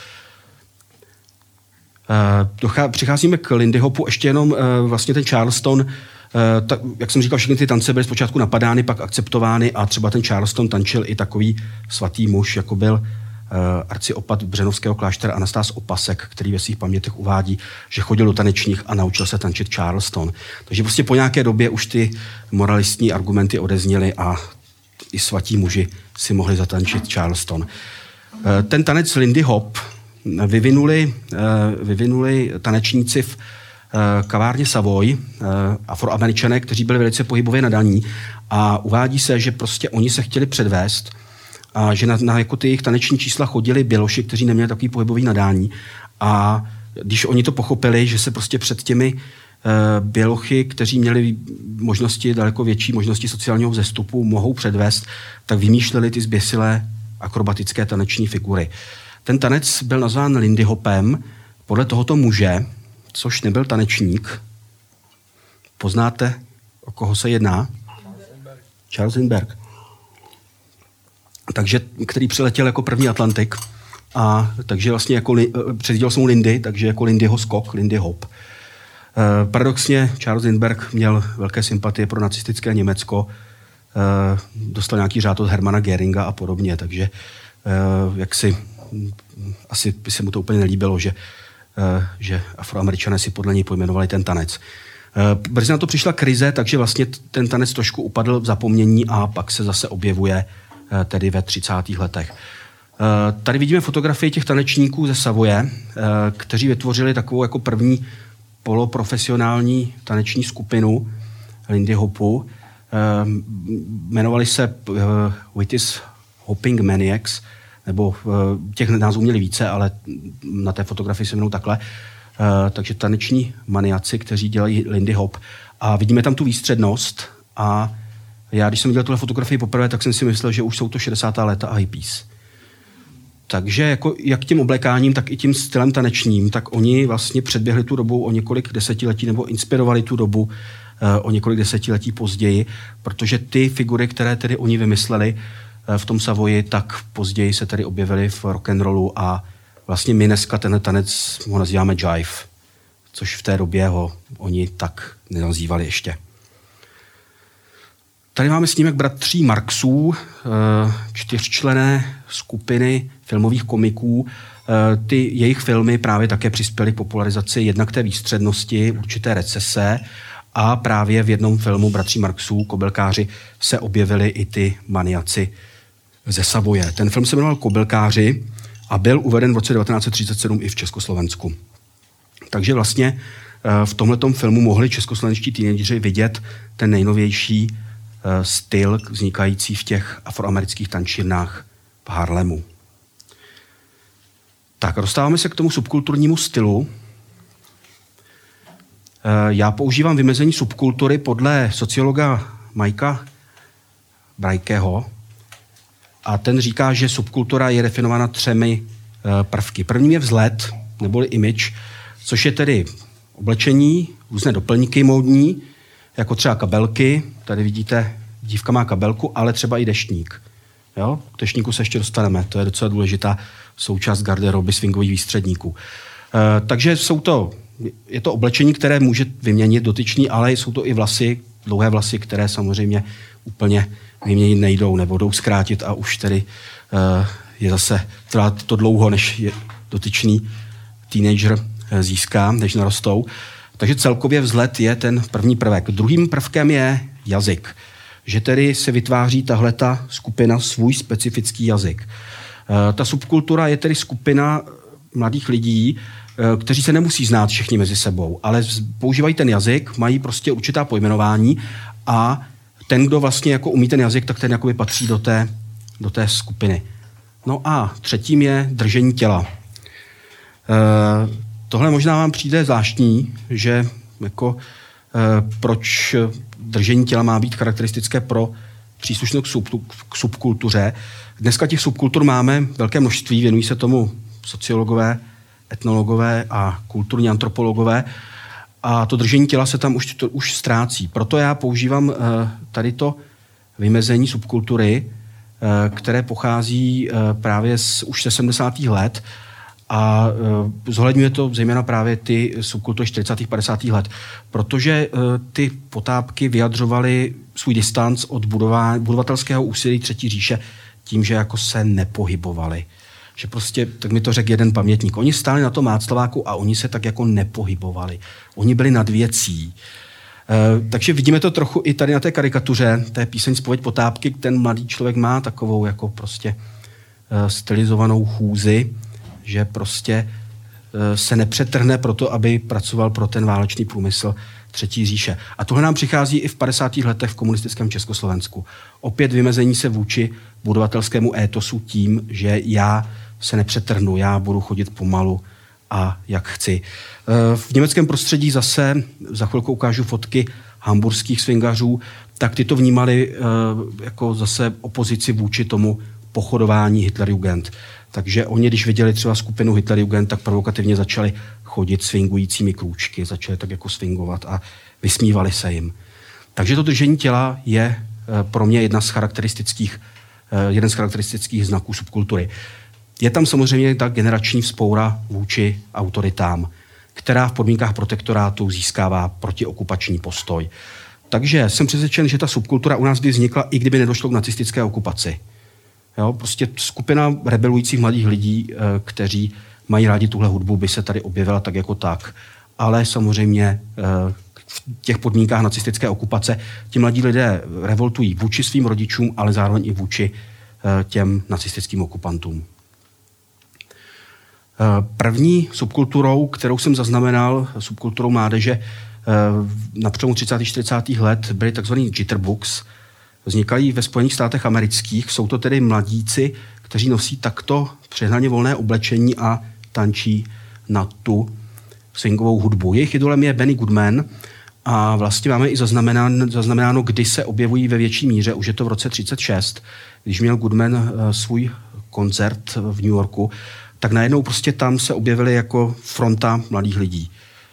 Přicházíme k Lindy Hopu, ještě jenom vlastně ten Charleston, jak jsem říkal, všechny ty tance byly zpočátku napadány, pak akceptovány a třeba ten Charleston tančil i takový svatý muž, jako byl arciopat Břenovského kláštera Anastás Opasek, který ve svých pamětech uvádí, že chodil do tanečních a naučil se tančit Charleston. Takže prostě po nějaké době už ty moralistní argumenty odezněly a i svatí muži si mohli zatančit Charleston. Ten tanec Lindy Hop vyvinuli tanečníci v kavárně Savoy, Afroameričané, kteří byli velice pohybově nadaní a uvádí se, že prostě oni se chtěli předvést a že na jako ty jejich taneční čísla chodili běloši, kteří neměli takový pohybový nadání a když oni to pochopili, že se prostě před těmi bělochy, kteří měli daleko větší možnosti sociálního vzestupu, mohou předvést, tak vymýšleli ty zběsilé akrobatické taneční figury. Ten tanec byl nazván Lindy Hopem podle tohoto muže, což nebyl tanečník. Poznáte, o koho se jedná? Charles Lindbergh. Takže, který přiletěl jako první Atlantik a takže vlastně jako předjížděl jsem mu Lindy, takže jako Lindyho skok, Lindy Hop. Paradoxně Charles Lindbergh měl velké sympatie pro nacistické Německo, dostal nějaký řád od Hermana Göringa a podobně, takže asi by se mu to úplně nelíbilo, že Afroameričané si podle něj pojmenovali ten tanec. Brzy na to přišla krize, takže vlastně ten tanec trošku upadl v zapomnění a pak se zase objevuje tedy ve 30. letech. Tady vidíme fotografii těch tanečníků ze Savoye, kteří vytvořili takovou jako první poloprofesionální taneční skupinu Lindy Hopu. Jmenovali se Witty's Hopping Maniacs, nebo těch názvů měli více, ale na té fotografii se jmenují takhle. Takže taneční maniaci, kteří dělají Lindy Hop. A vidíme tam tu výstřednost a já, když jsem viděl tuhle fotografii poprvé, tak jsem si myslel, že už jsou to 60. léta a hippies. Takže jako jak tím oblékáním, tak i tím stylem tanečním, tak oni vlastně předběhli tu dobu o několik desetiletí nebo inspirovali tu dobu o několik desetiletí později, protože ty figury, které tedy oni vymysleli v tom Savoyi, tak později se tedy objevily v rock'n'rollu a vlastně my dneska ten tanec ho nazýváme jive, což v té době ho oni tak nenazývali ještě. Tady máme snímek bratří Marxů, 4členné skupiny filmových komiků. Ty jejich filmy právě také přispěly k popularizaci jednak té výstřednosti, určité recese a právě v jednom filmu bratří Marxů, Kobylkáři, se objevili i ty maniaci ze Savoye. Ten film se jmenoval Kobylkáři a byl uveden v roce 1937 i v Československu. Takže vlastně v tomhletom filmu mohli českoslovenští teenageři vidět ten nejnovější styl vznikající v těch afroamerických tančírnách v Harlemu. Tak, dostáváme se k tomu subkulturnímu stylu. Já používám vymezení subkultury podle sociologa Mikea Brajkeho a ten říká, že subkultura je definována 3 prvky. Prvním je vzhled, neboli image, což je tedy oblečení, různé doplňky módní, jako třeba kabelky. Tady vidíte, dívka má kabelku, ale třeba i deštník. Jo? K deštníku se ještě dostaneme, to je docela důležitá součást garderoby swingových výstředníků. Takže je to oblečení, které může vyměnit dotyčný, ale jsou to i vlasy, dlouhé vlasy, které samozřejmě úplně vyměnit nejdou, nebo jdou zkrátit a už tedy je zase trvá to dlouho, než je dotyčný teenager získá, než narostou. Takže celkově vzhled je ten první prvek. Druhým prvkem je jazyk. Že tedy se vytváří tahleta skupina svůj specifický jazyk. Ta subkultura je tedy skupina mladých lidí, kteří se nemusí znát všichni mezi sebou, ale používají ten jazyk, mají prostě určitá pojmenování a ten, kdo vlastně jako umí ten jazyk, tak ten jakoby patří do té skupiny. No a třetím je držení těla. Tohle možná vám přijde zvláštní, že jako, proč držení těla má být charakteristické pro příslušnost k subkultuře. Dneska těch subkultur máme velké množství, věnují se tomu sociologové, etnologové a kulturní antropologové a to držení těla se tam už ztrácí. Proto já používám tady to vymezení subkultury, které pochází právě už ze 70. let a zohledňuje to zejména právě ty subkultury 40. 50. let, protože ty potápky vyjadřovaly svůj distanc od budovatelského úsilí Třetí říše tím, že jako se nepohybovali. Že prostě, tak mi to řekl jeden pamětník, oni stáli na tom Václaváku a oni se tak jako nepohybovali. Oni byli nad věcí. Takže vidíme to trochu i tady na té karikatuře, té píseň Zpověď Potápky, ten mladý člověk má takovou jako prostě stylizovanou chůzi, že prostě se nepřetrhne proto, aby pracoval pro ten válečný průmysl Třetí říše. A tohle nám přichází i v 50. letech v komunistickém Československu. Opět vymezení se vůči budovatelskému étosu tím, že já se nepřetrhnu, já budu chodit pomalu a jak chci. V německém prostředí zase, za chvilku ukážu fotky hamburských swingařů, tak ty to vnímali jako zase opozici vůči tomu pochodování Hitlerjugend. Takže oni, když viděli třeba skupinu Hitlerjugend, tak provokativně začali chodit swingujícími krůčky, začali tak jako swingovat a vysmívali se jim. Takže to držení těla je pro mě jeden z charakteristických znaků subkultury. Je tam samozřejmě ta generační vzpoura vůči autoritám, která v podmínkách protektorátu získává protiokupační postoj. Takže jsem přesvědčen, že ta subkultura u nás by vznikla, i kdyby nedošlo k nacistické okupaci. Jo, prostě skupina rebelujících mladých lidí, kteří mají rádi tuhle hudbu, by se tady objevila tak jako tak. Ale samozřejmě v těch podmínkách nacistické okupace ti mladí lidé revoltují vůči svým rodičům, ale zároveň i vůči těm nacistickým okupantům. První subkulturou, kterou jsem zaznamenal, subkulturou mládeže na přelomu 30. a 40. let, byly tzv. Jitterbugs. Vznikají ve Spojených státech amerických. Jsou to tedy mladíci, kteří nosí takto přehnaně volné oblečení a tančí na tu swingovou hudbu. Jejich idolem je Benny Goodman a vlastně máme i zaznamenáno, kdy se objevují ve větší míře. Už je to v roce 1936, když měl Goodman svůj koncert v New Yorku, tak najednou prostě tam se objevily jako fronta mladých lidí.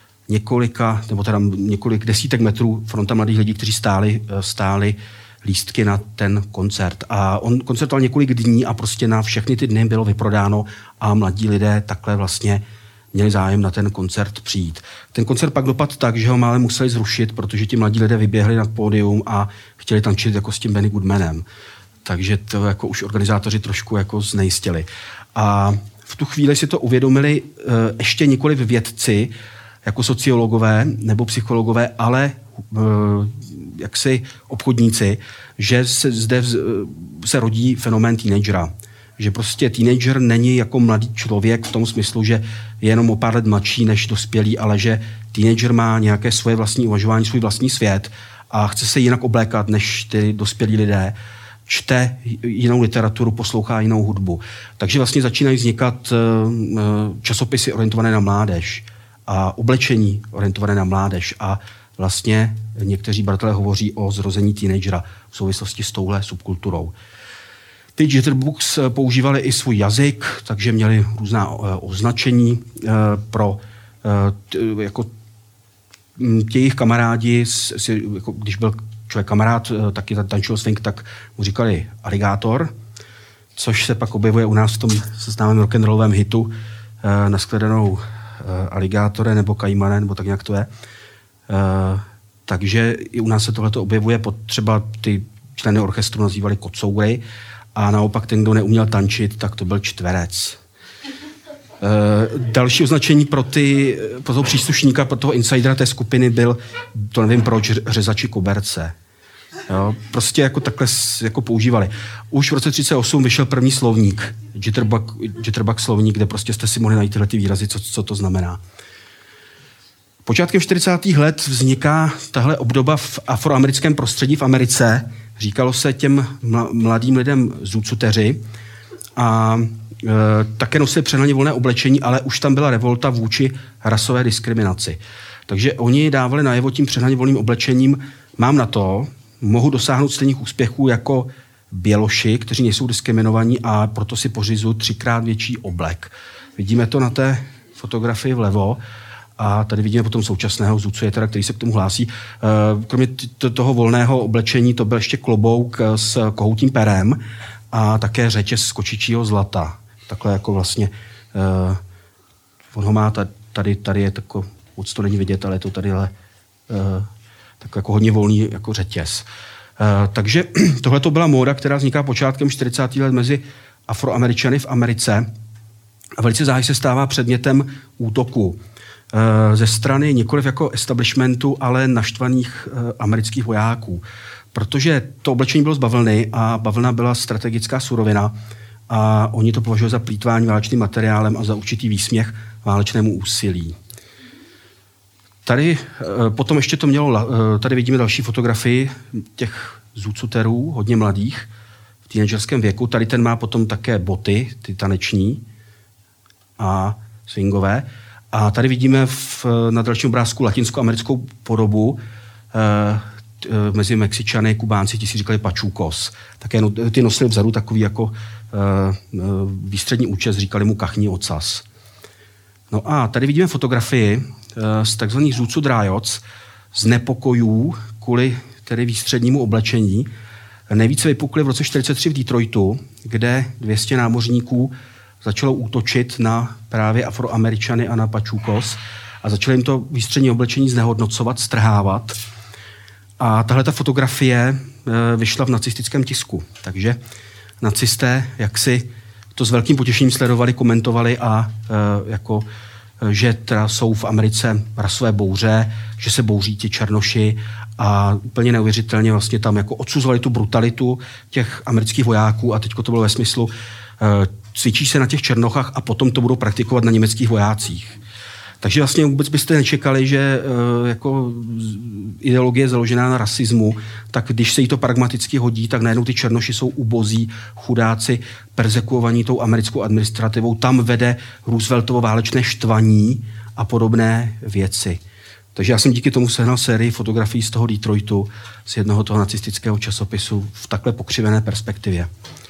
Několik desítek metrů fronta mladých lidí, kteří stáli lístky na ten koncert. A on koncertoval několik dní a prostě na všechny ty dny bylo vyprodáno a mladí lidé takhle vlastně měli zájem na ten koncert přijít. Ten koncert pak dopadl tak, že ho málem museli zrušit, protože ti mladí lidé vyběhli na pódium a chtěli tančit jako s tím Benny Goodmanem. Takže to jako už organizátoři trošku jako znejistili. A v tu chvíli si to uvědomili ještě nikoliv vědci, jako sociologové nebo psychologové, ale jaksi obchodníci, že zde se rodí fenomén teenagera. Že prostě teenager není jako mladý člověk v tom smyslu, že je jenom o pár let mladší než dospělý, ale že teenager má nějaké svoje vlastní uvažování, svůj vlastní svět a chce se jinak oblékat než ty dospělí lidé. Čte jinou literaturu, poslouchá jinou hudbu. Takže vlastně začínají vznikat časopisy orientované na mládež a oblečení orientované na mládež a vlastně někteří badatelé hovoří o zrození teenagera v souvislosti s touhle subkulturou. Ty Jitterbugs používali i svůj jazyk, takže měli různá označení pro jako ti jejich kamarádi, jako když byl člověk kamarád, taky tančil swing, tak mu říkali aligátor, což se pak objevuje u nás v tom známém rock'n'rollovém hitu Nashledanou aligátore nebo kajmane, nebo tak nějak to je. Takže i u nás se tohleto objevuje, třeba ty členy orchestru nazývali kocoury a naopak ten, kdo neuměl tančit, tak to byl čtverec. Další označení pro toho příslušníka, pro toho insidera té skupiny byl, to nevím proč, řezači koberce. Jo, prostě jako takhle jako používali. Už v roce 1938 vyšel první slovník, Jitterbug slovník, kde prostě jste si mohli najít tyhle ty výrazy, co to znamená. Počátkem 40. let vzniká tahle obdoba v afroamerickém prostředí v Americe. Říkalo se těm mladým lidem zůcuteři a také nosili přehnaně volné oblečení, ale už tam byla revolta vůči rasové diskriminaci. Takže oni dávali najevo tím přehnaně volným oblečením, mám na to, mohu dosáhnout stejných úspěchů jako běloši, kteří nejsou diskriminovaní a proto si pořizují 3x větší oblek. Vidíme to na té fotografii vlevo a tady vidíme potom současného zůcujera, který se k tomu hlásí. Kromě toho volného oblečení to byl ještě klobouk s kohoutím perem a také řetěz z kočičího zlata. Takhle jako vlastně, on ho má tady je tako, moc to není vidět, ale je to tadyhle tak jako hodně volný jako řetěz. Takže tohle to byla móda, která vzniká počátkem 40. let mezi Afroameričany v Americe a velice záhy se stává předmětem útoku ze strany nikoliv jako establishmentu, ale naštvaných amerických vojáků. Protože to oblečení bylo z bavlny a bavlna byla strategická surovina a oni to považovali za plýtvání válečným materiálem a za určitý výsměch válečnému úsilí. Tady potom ještě to mělo, tady vidíme další fotografii těch zůcuterů, hodně mladých, v teenagerském věku. Tady ten má potom také boty, ty taneční a swingové. A tady vidíme na dalším obrázku latinskoamerickou podobu mezi Mexičany, Kubánci, ti si říkali pačúkos. Také ty nosili vzadu takový jako výstřední účes, říkali mu kachní ocas. No a tady vidíme fotografii z takzvaných zůcud rájoc, z nepokojů kvůli tedy výstřednímu oblečení. Nejvíce vypukly v roce 1943 v Detroitu, kde 200 námořníků začalo útočit na právě Afroameričany a na pačúkos a začalo jim to výstřední oblečení znehodnocovat, strhávat. A tahle ta fotografie vyšla v nacistickém tisku. Takže nacisté jaksi to s velkým potěšením sledovali, komentovali a že teda jsou v Americe rasové bouře, že se bouří ti černoši a úplně neuvěřitelně vlastně tam jako odsuzovali tu brutalitu těch amerických vojáků a teďko to bylo ve smyslu cvičí se na těch černochách a potom to budou praktikovat na německých vojácích. Takže vlastně vůbec byste nečekali, že jako ideologie založená na rasismu, tak když se jí to pragmaticky hodí, tak najednou ty černoši jsou ubozí, chudáci, perzekuovaní tou americkou administrativou. Tam vede Rooseveltovo válečné štvaní a podobné věci. Takže já jsem díky tomu sehnal sérii fotografií z toho Detroitu, z jednoho toho nacistického časopisu v takhle pokřivené perspektivě.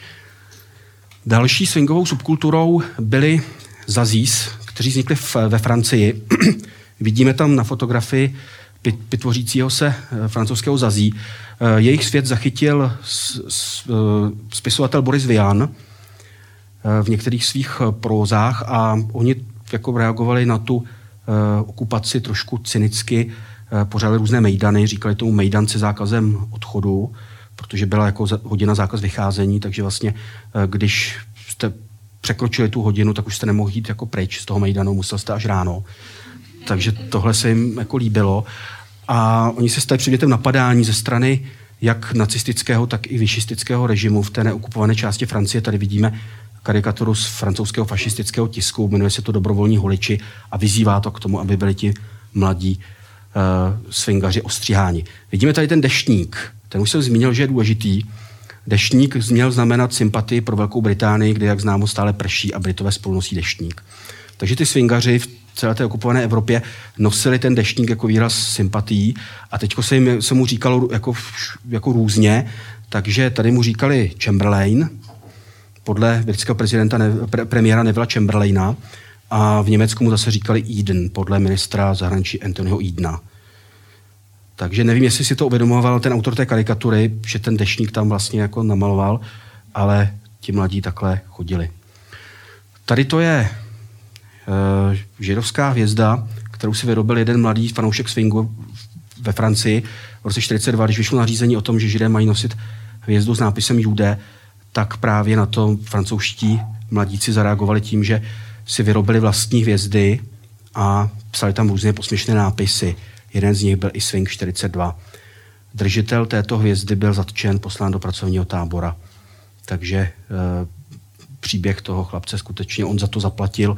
Další swingovou subkulturou byli zazís, kteří vznikli ve Francii. Vidíme tam na fotografii vytvořícího se francouzského zazí. Jejich svět zachytil spisovatel Boris Vian v některých svých prózách a oni jako reagovali na tu okupaci trošku cynicky, pořádali různé mejdany, říkali tomu mejdan se zákazem odchodu, protože byla jako hodina zákaz vycházení, takže vlastně když jste překročili tu hodinu, tak už jste nemohli jít jako pryč z toho mejdanu, musel jste až ráno. Takže tohle se jim jako líbilo. A oni se stali předmětem napadání ze strany jak nacistického, tak i višistického režimu v té neokupované části Francie. Tady vidíme karikaturu z francouzského fašistického tisku, jmenuje se to Dobrovolní holiči a vyzývá to k tomu, aby byli ti mladí swingaři ostříháni. Vidíme tady ten deštník. Ten už jsem zmínil, že je důležitý. Deštník měl znamenat sympatii pro Velkou Británii, kde, jak známo, stále prší a Britové spolu nosí deštník. Takže ty swingaři v celé té okupované Evropě nosili ten deštník jako výraz sympatií a teďko se mu říkalo jako různě, takže tady mu říkali Chamberlain, podle britského premiéra Nevilla Chamberlaina a v Německu mu zase říkali Eden, podle ministra zahraničí Anthonyho Edena. Takže nevím, jestli si to uvědomoval ten autor té karikatury, že ten deštník tam vlastně jako namaloval, ale ti mladí takhle chodili. Tady to je židovská hvězda, kterou si vyrobil jeden mladý fanoušek swingu ve Francii v roce 1942, když vyšlo nařízení o tom, že Židé mají nosit hvězdu s nápisem Jude, tak právě na to francouzští mladíci zareagovali tím, že si vyrobili vlastní hvězdy a psali tam různé posměšné nápisy. Jeden z nich byl i Swing 42. Držitel této hvězdy byl zatčen, poslán do pracovního tábora. Takže příběh toho chlapce skutečně, on za to zaplatil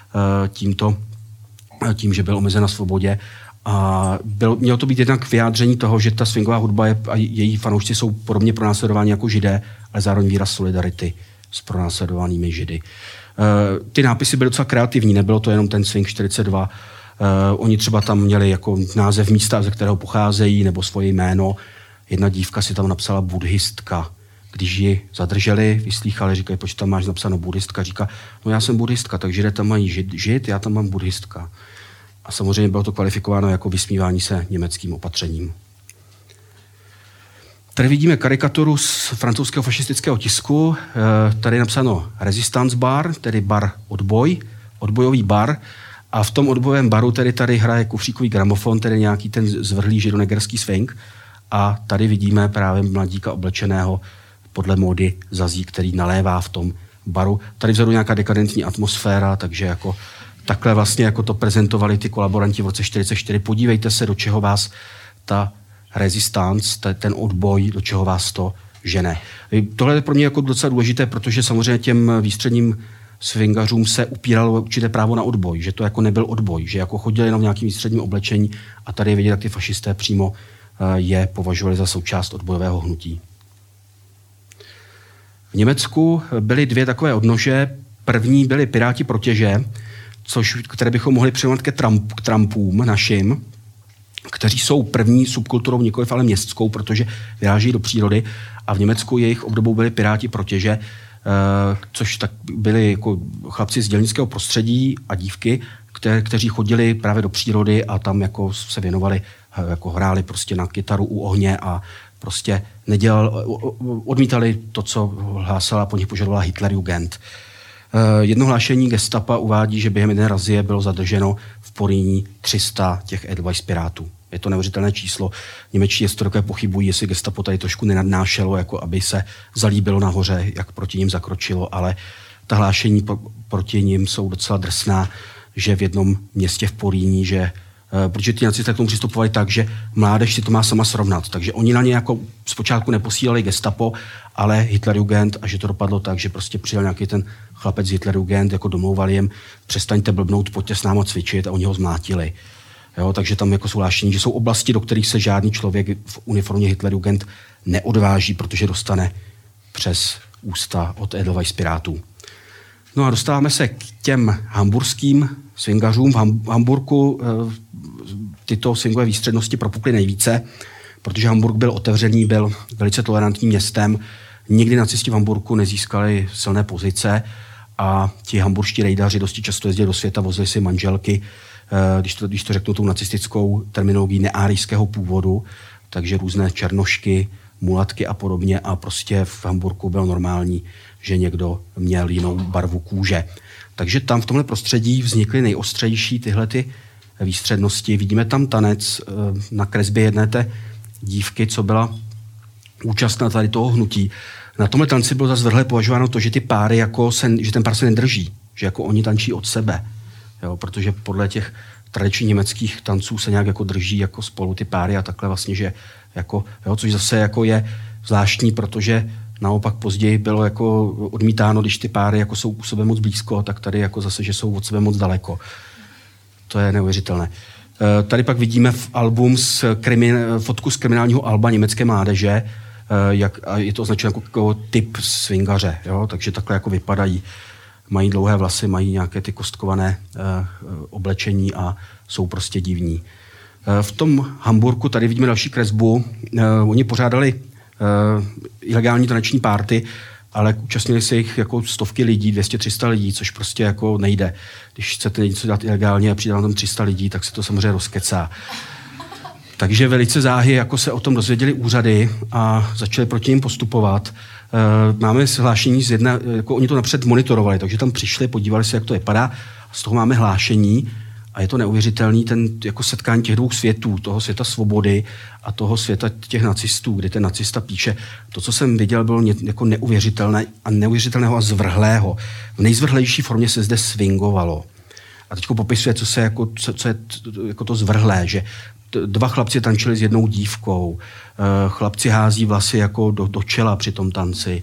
tím, že byl omezen na svobodě. A mělo to být jednak vyjádření toho, že ta swingová hudba a její fanoušci jsou podobně pronásledováni jako Židé, ale zároveň výraz solidarity s pronásledovanými Židy. Ty nápisy byly docela kreativní, nebylo to jenom ten Swing 42. Oni třeba tam měli jako název místa, ze kterého pocházejí, nebo svoje jméno. Jedna dívka si tam napsala buddhistka. Když ji zadrželi, vyslýchali, říkají, proč tam máš napsáno buddhistka? Říká, no já jsem buddhistka, takže Židé tam mají žid, já tam mám buddhistka. A samozřejmě bylo to kvalifikováno jako vysmívání se německým opatřením. Tady vidíme karikaturu z francouzského fašistického tisku. Tady je napsáno Resistance bar, tedy bar odbojový bar. A v tom odbojovém baru tady hraje kufříkový gramofon, tedy nějaký ten zvrhlý židonegerský swing. A tady vidíme právě mladíka oblečeného podle módy Zazí, který nalévá v tom baru. Tady vzadu nějaká dekadentní atmosféra, takže jako takhle vlastně jako to prezentovali ty kolaboranti v roce 1944. Podívejte se, do čeho vás ta resistance, ten odboj, do čeho vás to žene. Tohle je pro mě jako docela důležité, protože samozřejmě těm výstředním swingařům se upíralo určité právo na odboj, že to jako nebyl odboj, že jako chodili jenom v nějakým výstředním oblečení a tady je vidět, jak ty fašisté přímo je považovali za součást odbojového hnutí. V Německu byly dvě takové odnože. První byli Piráti protěže, které bychom mohli přirovnat ke Trumpům našim, kteří jsou první subkulturou, nikoliv ale městskou, protože vyráží do přírody a v Německu jejich obdobou byli Piráti protěže, což tak byli jako chlapci z dělnického prostředí a dívky, kteří chodili právě do přírody a tam jako se věnovali, jako hráli prostě na kytaru u ohně a prostě odmítali to, co hlásala, po nich požadovala Hitlerjugend. Jedno hlášení gestapa uvádí, že během jedné razie bylo zadrženo v Porýní 300 těch Edelweiss pirátů. Je to neuvěřitelné číslo. Němečtí historikové pochybují, jestli gestapo tady trošku nenadnášelo, jako aby se zalíbilo nahoře, jak proti ním zakročilo, ale ta hlášení proti ním jsou docela drsná, že v jednom městě v Porýní, protože ty nacisté k tomu přistupovali tak, že mládež si to má sama srovnat. Takže oni na ně jako zpočátku neposílali gestapo, ale Hitlerjugend, a že to dopadlo tak, že prostě přijel nějaký ten chlapec z Hitlerjugend, jako domlouvali jim, přestaňte blbnout, pojďte s námi cvičit a oni ho zmlátili. Jo, takže tam jako jsou hlášení, že jsou oblasti, do kterých se žádný člověk v uniformě Hitlerjugend neodváží, protože dostane přes ústa od Edelweiss pirátů. No a dostáváme se k těm hamburským swingařům. V Hamburku tyto swingové výstřednosti propukly nejvíce, protože Hamburg byl otevřený, byl velice tolerantním městem. Nikdy nacisti v Hamburku nezískali silné pozice a ti hamburští rejdaři dosti často jezdili do světa, vozili si manželky, když to řeknu tou nacistickou terminologií neárijského původu, takže různé černošky, mulatky a podobně a prostě v Hamburku bylo normální, že někdo měl jinou barvu kůže. Takže tam v tomhle prostředí vznikly nejostřejší tyhle ty výstřednosti. Vidíme tam tanec na kresbě jedné té dívky, co byla účastná tady toho hnutí. Na tomhle tanci bylo zase vrhle považováno to, že ty páry že ten pár se nedrží, že jako oni tančí od sebe. Jo, protože podle těch tradičních německých tanců se nějak jako drží jako spolu ty páry a takhle vlastně, že jako, jo, což zase jako je zvláštní, protože naopak později bylo jako odmítáno, když ty páry jako jsou u sebe moc blízko, tak tady jako zase, že jsou od sebe moc daleko. To je neuvěřitelné. Tady pak vidíme v album fotku z kriminálního alba německé mládeže, a je to označeno jako typ swingaře, jo? Takže takhle jako vypadají. Mají dlouhé vlasy, mají nějaké ty kostkované oblečení a jsou prostě divní. V tom Hamburku tady vidíme další kresbu. Oni pořádali ilegální taneční párty, ale účastnili se jich jako stovky lidí, 200-300 lidí, což prostě jako nejde. Když chcete něco dělat ilegálně a přijde na tom 300 lidí, tak se to samozřejmě rozkecá. Takže velice záhy jako se o tom dozvěděli úřady a začali proti nim postupovat. Máme hlášení z jedné, jako oni to napřed monitorovali, takže tam přišli, podívali se, jak to vypadá. Z toho máme hlášení A je to neuvěřitelný ten jako setkání těch dvou světů, toho světa svobody a toho světa těch nacistů, kdy ten nacista píše, to, co jsem viděl, bylo jako neuvěřitelného a zvrhlého. V nejzvrhlejší formě se zde swingovalo. A teď popisuje, co je jako to zvrhlé, že dva chlapci tančili s jednou dívkou, chlapci hází vlasy jako do čela při tom tanci.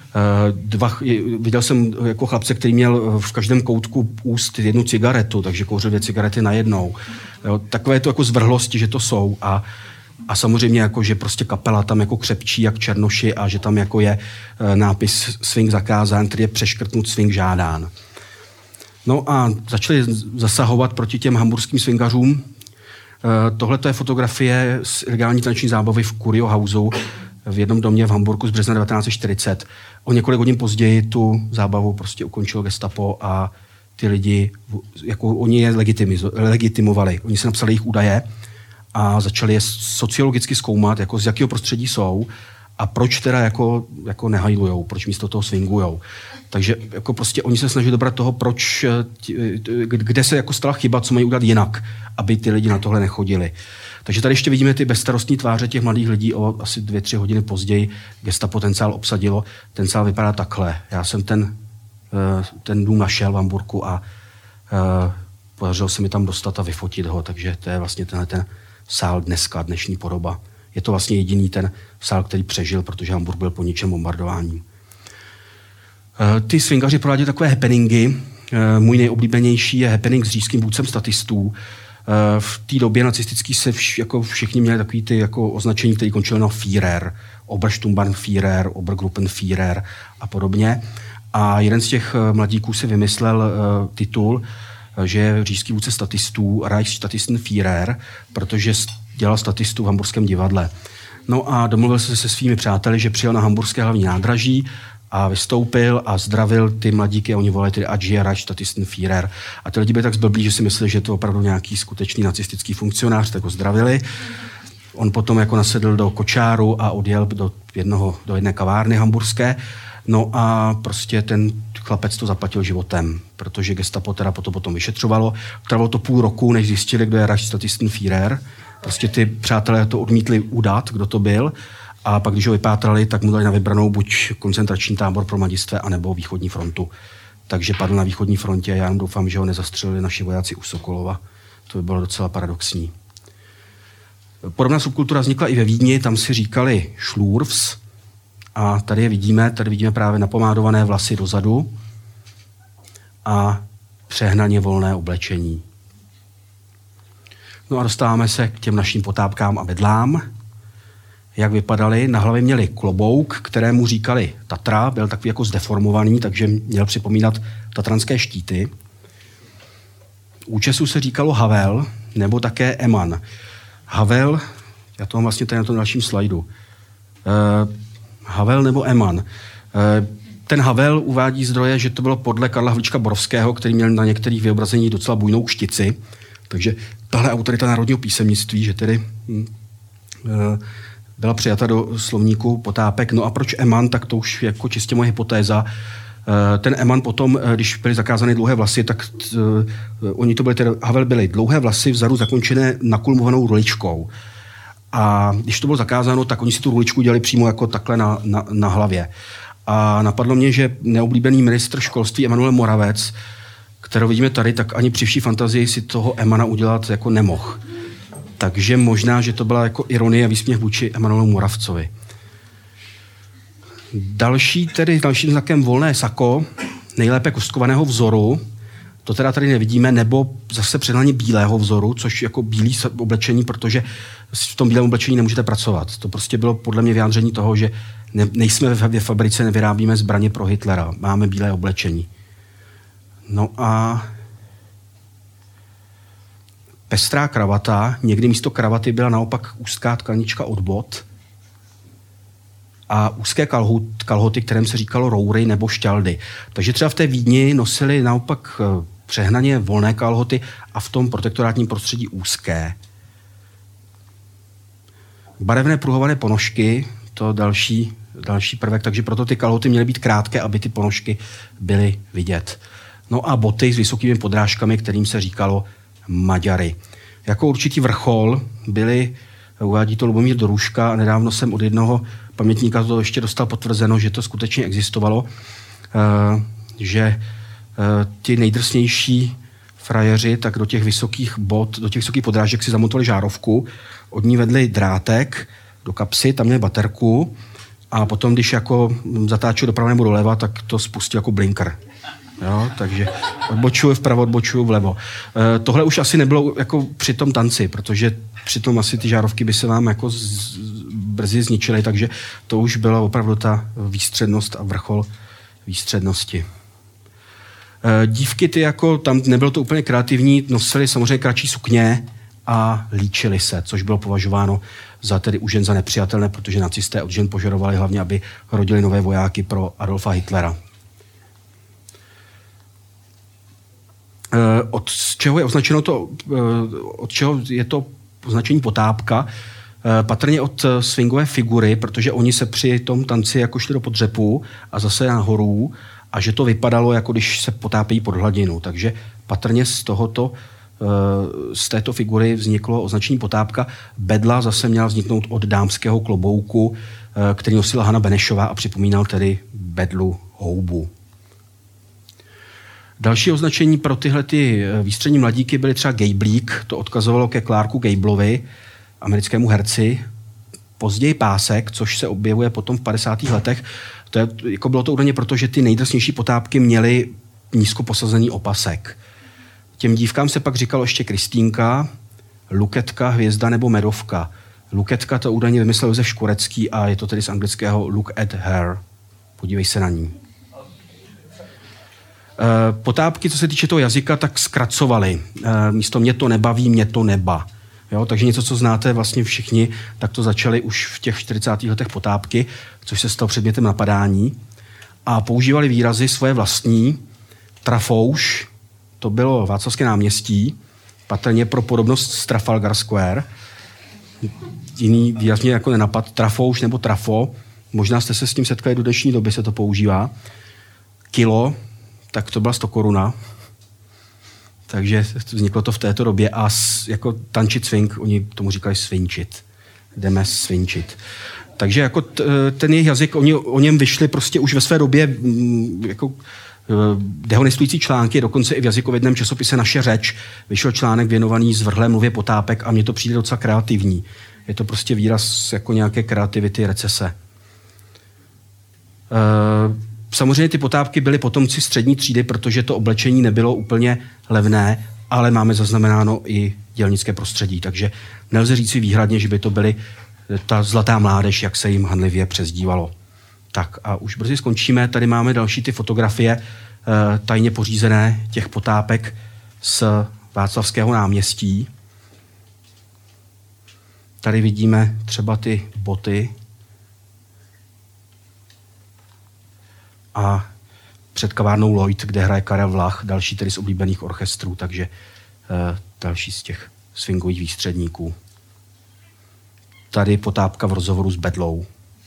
Viděl jsem jako chlapce, který měl v každém koutku úst jednu cigaretu, takže kouřil 2 cigarety najednou. Jo, takové to jako zvrhlosti, že to jsou. A samozřejmě jako, že prostě kapela tam jako křepčí jak černoši a že tam jako je nápis swing zakázán, který je přeškrtnut, swing žádán. No a začali zasahovat proti těm hamburským swingařům. Tohle je fotografie z ilegální taneční zábavy v Curio Houseu v jednom domě v Hamburku z března 1940. O několik hodin později tu zábavu prostě ukončilo gestapo a ty lidi, jako oni je legitimovali. Oni se napsali jejich údaje a začali je sociologicky zkoumat, jako z jakého prostředí jsou a proč teda jako nehajlujou, proč místo toho swingujou. Takže jako prostě oni se snaží dobrat toho, proč, kde se jako stala chyba, co mají udělat jinak, aby ty lidi na tohle nechodili. Takže tady ještě vidíme ty bezstarostní tváře těch mladých lidí o asi 2-3 hodiny později. Gestapo ten sál obsadilo. Ten sál vypadá takhle. Já jsem ten dům našel v Hamburku a podařilo se mi tam dostat a vyfotit ho, takže to je vlastně ten sál dneska, dnešní podoba. Je to vlastně jediný ten sál, který přežil, protože Hamburg byl po ničem bombardováním. Ty swingaři provádějí takové happeningy. Můj nejoblíbenější je happening s říšským vůdcem statistů. V té době nacistický se jako všichni měli takový ty jako označení, které končilo na Führer, Obersturmbannführer, Obergruppenführer a podobně. A jeden z těch mladíků si vymyslel titul, že je říšský vůdce statistů, Reichsstatistenführer, protože dělal statistu v hamburském divadle. No a domluvil se svými přáteli, že přijel na hamburské hlavní nádraží a vystoupil a zdravil ty mladíky a oni volali tedy Adžie Reichsstatistenführer. A ty lidi byli tak zblblí, že si mysleli, že je to opravdu nějaký skutečný nacistický funkcionář, tak ho zdravili. On potom jako nasedl do kočáru a odjel do jedné kavárny hamburské. No a prostě ten chlapec to zaplatil životem, protože gestapo teda potom vyšetřovalo. Trvalo to půl roku, než zjistili, kdo je Reichsstatistenführer. Prostě ty přátelé to odmítli udat, kdo to byl. A pak, když ho vypátrali, tak mu dali na vybranou buď koncentrační tábor pro mladistvé, anebo východní frontu. Takže padl na východní frontě. Já jenom doufám, že ho nezastřelili naši vojáci u Sokolova. To by bylo docela paradoxní. Podobná subkultura vznikla i ve Vídni, tam si říkali Schlurfs. A tady vidíme právě napomádované vlasy dozadu a přehnaně volné oblečení. No a dostáváme se k těm našim potápkám a bedlám. Jak vypadaly? Na hlavě měli klobouk, kterému říkali Tatra, byl takový jako zdeformovaný, takže měl připomínat tatranské štíty. Účesu se říkalo Havel, nebo také Eman. Havel, já to mám vlastně tady na tom dalším slajdu. Havel nebo Eman. Ten Havel uvádí zdroje, že to bylo podle Karla Havlíčka Borovského, který měl na některých vyobrazeních docela bujnou štici. Takže tahle autorita národního písemnictví, že tedy byla přijata do slovníku potápek. No a proč Eman, tak to už jako čistě moje hypotéza. Ten Eman potom, když byly zakázány dlouhé vlasy, tak oni to byli, tedy Havel byly dlouhé vlasy vzadu zakončené nakulmovanou ruličkou. A když to bylo zakázáno, tak oni si tu ruličku dělali přímo jako takhle na hlavě. A napadlo mě, že neoblíbený ministr školství Emanuel Moravec, kterého vidíme tady, tak ani při vší fantazii si toho Emana udělat jako nemohl. Takže možná, že to byla jako ironie a výsměch vůči Emanuelu Moravcovi. Dalším znakem volné sako, nejlépe kostkovaného vzoru, to teda tady nevidíme, nebo zase předhlavně bílého vzoru, což jako bílý oblečení, protože v tom bílém oblečení nemůžete pracovat. To prostě bylo podle mě vyjádření toho, že nejsme ve fabrice, nevyrábíme zbraně pro Hitlera, máme bílé oblečení. No a pestrá kravata, někdy místo kravaty byla naopak úzká tkanička od bot a úzké kalhoty, kterým se říkalo roury nebo šťaldy. Takže třeba v té Vídni nosili naopak přehnaně volné kalhoty a v tom protektorátním prostředí úzké. Barevné pruhované ponožky, to další prvek, takže proto ty kalhoty měly být krátké, aby ty ponožky byly vidět. No a boty s vysokými podrážkami, kterým se říkalo Maďary. Jako určitý vrchol uvádí to Lubomír Doruška a nedávno jsem od jednoho pamětníka to ještě dostal potvrzeno, že to skutečně existovalo, že ti nejdrsnější frajeři tak do těch vysokých podrážek si zamontovali žárovku, od ní vedli drátek do kapsy, tam měli baterku a potom, když jako zatáčil doprava nebo doleva, tak to spustil jako blinker. Jo, takže odbočuju vpravo, odbočuju vlevo. Tohle už asi nebylo jako při tom tanci, protože přitom asi ty žárovky by se vám jako brzy zničily, takže to už byla opravdu ta výstřednost a vrchol výstřednosti. Dívky ty jako, tam nebylo to úplně kreativní, nosily samozřejmě kratší sukně a líčily se, což bylo považováno za tedy u žen za nepřijatelné, protože nacisté od žen požadovali hlavně, aby rodili nové vojáky pro Adolfa Hitlera. Od čeho je to označení potápka? Patrně od swingové figury, protože oni se při tom tanci jako šli do podřepu a zase nahoru a že to vypadalo, jako když se potápějí pod hladinu. Takže patrně z této figury vzniklo označení potápka. Bedla zase měla vzniknout od dámského klobouku, který nosila Hana Benešová a připomínal tedy bedlu houbu. Další označení pro tyhle výstřední mladíky byly třeba gejblík, to odkazovalo ke Clarku Gableovi, americkému herci. Později pásek, což se objevuje potom v 50. letech. Jako bylo to údajně proto, že ty nejdrsnější potápky měly nízko posazený opasek. Těm dívkám se pak říkalo ještě Kristýnka, Luketka, Hvězda nebo Medovka. Luketka to údajně vymyslel Josef Škorecký a je to tedy z anglického look at her. Podívej se na ní. Potápky, co se týče toho jazyka, tak zkracovali. Místo mě to nebaví, mě to neba. Jo, takže něco, co znáte vlastně všichni, tak to začali už v těch 40. letech potápky, což se stalo předmětem napadání. A používali výrazy svoje vlastní. Trafouš, to bylo Václavské náměstí, patrně pro podobnost s Trafalgar Square. Jiný výraz mě jako nenapad. Trafouš nebo trafo, možná jste se s tím setkali, do dnešní doby se to používá. Kilo, tak to byla 100 koruna. Takže vzniklo to v této době a jako tančit swing, oni tomu říkali svinčit. Jdeme svinčit. Takže jako ten jejich jazyk, oni o něm vyšli prostě už ve své době jako dehonestující články, dokonce i v jazykovědném časopise Naše řeč vyšel článek věnovaný zvrhlé mluvě potápek a mně to přijde docela kreativní. Je to prostě výraz jako nějaké kreativity, recese. Samozřejmě ty potápky byly potomci střední třídy, protože to oblečení nebylo úplně levné, ale máme zaznamenáno i dělnické prostředí, takže nelze říct si výhradně, že by to byly ta zlatá mládež, jak se jim hanlivě přezdívalo. Tak a už brzy skončíme. Tady máme další ty fotografie tajně pořízené těch potápek z Václavského náměstí. Tady vidíme třeba ty boty a před kavárnou Lloyd, kde hraje Karel Vlach, další tedy z oblíbených orchestrů, takže další z těch swingových výstředníků. Tady potápka v rozhovoru s Bedlou.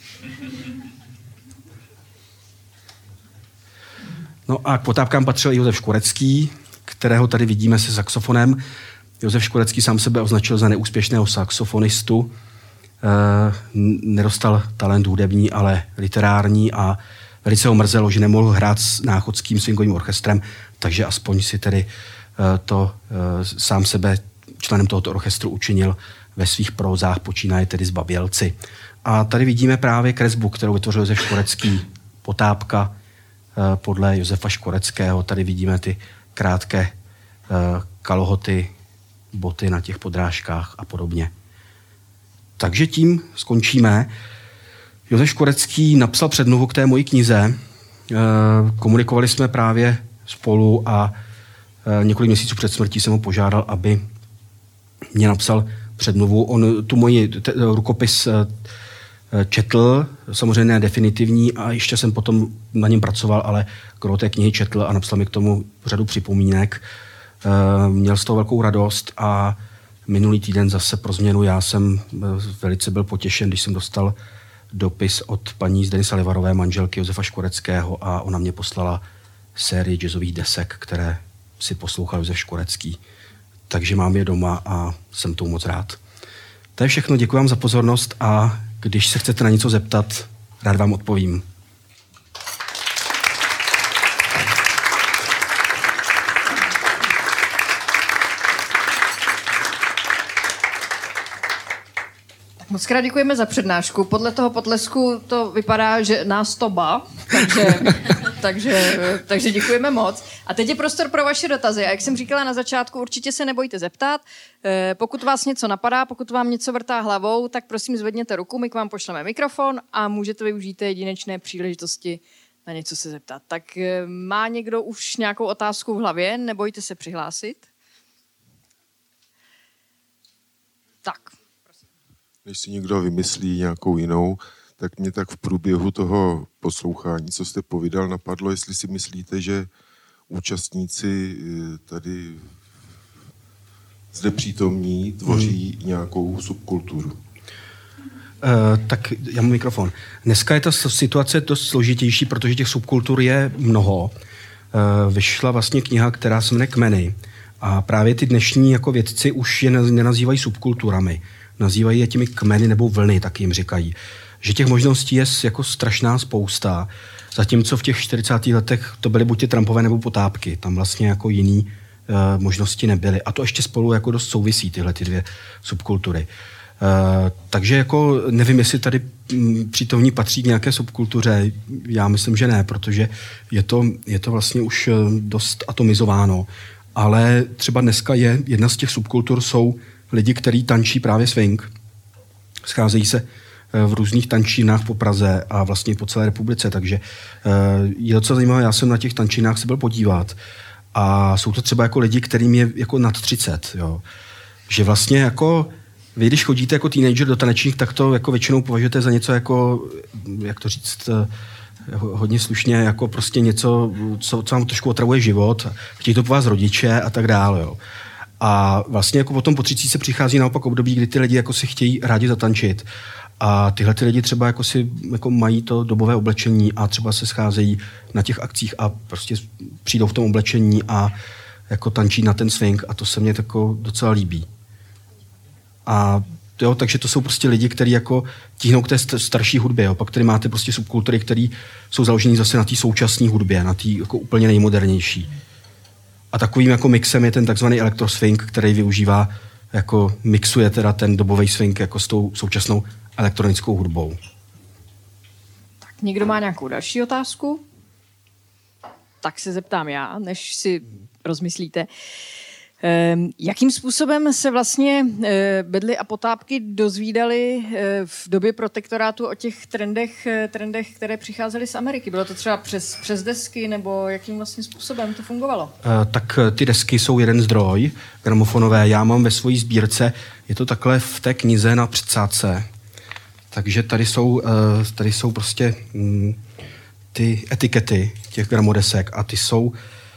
No a k potápkám patřil i Josef Škorecký, kterého tady vidíme se saxofonem. Josef Škorecký sám sebe označil za neúspěšného saxofonistu. Nedostal talent hudební, ale literární a velice ho mrzelo, že nemohl hrát s náchodským swingovým orchestrem, takže aspoň si tedy sám sebe členem tohoto orchestru učinil ve svých prózách, počínaje tedy s Babělci. A tady vidíme právě kresbu, kterou vytvořil Josef Škorecký, potápka podle Josefa Škoreckého. Tady vidíme ty krátké kalhoty, boty na těch podrážkách a podobně. Takže tím skončíme. Josef Škorecký napsal předmluvu k té mojí knize. Komunikovali jsme právě spolu a několik měsíců před smrtí jsem ho požádal, aby mě napsal předmluvu. On tu moji rukopis četl, samozřejmě ne definitivní, a ještě jsem potom na něm pracoval, ale kdo té knihy četl a napsal mi k tomu řadu připomínek. Měl z toho velkou radost a minulý týden zase pro změnu já jsem velice byl potěšen, když jsem dostal dopis od paní Zdeny Salivarové, manželky Josefa Škoreckého, a ona mě poslala sérii jazzových desek, které si poslouchal Josef Škorecký. takže mám je doma a jsem tomu moc rád. To je všechno, děkuji vám za pozornost a když se chcete na něco zeptat, rád vám odpovím.
Moc krát děkujeme za přednášku. Podle toho potlesku to vypadá, že nás to ba, takže děkujeme moc. A teď je prostor pro vaše dotazy. A jak jsem říkala na začátku, určitě se nebojte zeptat. Pokud vás něco napadá, pokud vám něco vrtá hlavou, tak prosím zvedněte ruku, my k vám pošleme mikrofon a můžete využít té jedinečné příležitosti na něco se zeptat. Tak má někdo už nějakou otázku v hlavě? Nebojte se přihlásit. Tak.
Než si někdo vymyslí nějakou jinou, tak mě tak v průběhu toho poslouchání, co jste povídal, napadlo, jestli si myslíte, že účastníci tady zde přítomní tvoří nějakou subkulturu.
Tak já mám mikrofon. Dneska je ta situace dost složitější, protože těch subkultur je mnoho. Vyšla vlastně kniha, která se jmenuje Kmeny. A právě ty dnešní jako vědci už je nenazývají subkulturami. Nazývají je těmi kmeny nebo vlny, tak jim říkají. Že těch možností je jako strašná spousta. Zatímco v těch 40. letech to byly buď ty Trumpové nebo Potápky. Tam vlastně jako jiný možnosti nebyly. A to ještě spolu jako dost souvisí tyhle ty dvě subkultury. Takže jako nevím, jestli tady přítomní patří k nějaké subkultuře. Já myslím, že ne, protože je to vlastně už dost atomizováno. Ale třeba dneska je jedna z těch subkultur jsou lidi, kteří tančí právě swing. Scházejí se v různých tančínách po Praze a vlastně po celé republice, takže je docela zajímavé, já jsem na těch tančínách se byl podívat a jsou to třeba jako lidi, kterým je jako nad 30, jo. Že vlastně jako vy, když chodíte jako teenager do tanečních, tak to jako většinou považujete za něco jako, jak to říct, hodně slušně, jako prostě něco, co vám trošku otravuje život, chtějí to po vás rodiče a tak dále, jo. A vlastně jako potom po 30 se přichází naopak období, kdy ty lidi jako si chtějí rádi zatančit. A tyhle ty lidi třeba jako si jako mají to dobové oblečení a třeba se scházejí na těch akcích a prostě přijdou v tom oblečení a jako tančí na ten swing a to se mně jako docela líbí. A jo, takže to jsou prostě lidi, kteří jako tíhnou k té starší hudbě. Jo. Pak tady máte prostě subkultury, které jsou založené zase na té současné hudbě, na té jako úplně nejmodernější. A takovým jako mixem je ten takzvaný elektroswing, který využívá, jako mixuje teda ten dobový swing jako s tou současnou elektronickou hudbou.
Tak někdo má nějakou další otázku? Tak se zeptám já, než si rozmyslíte. Jakým způsobem se vlastně Bedly a Potápky dozvídali v době protektorátu o těch trendech, které přicházely z Ameriky? Bylo to třeba přes desky, nebo jakým vlastně způsobem to fungovalo?
Tak ty desky jsou jeden zdroj, gramofonové. Já mám ve své sbírce, je to takhle v té knize na předsádce. Takže tady jsou prostě ty etikety těch gramodesek a ty jsou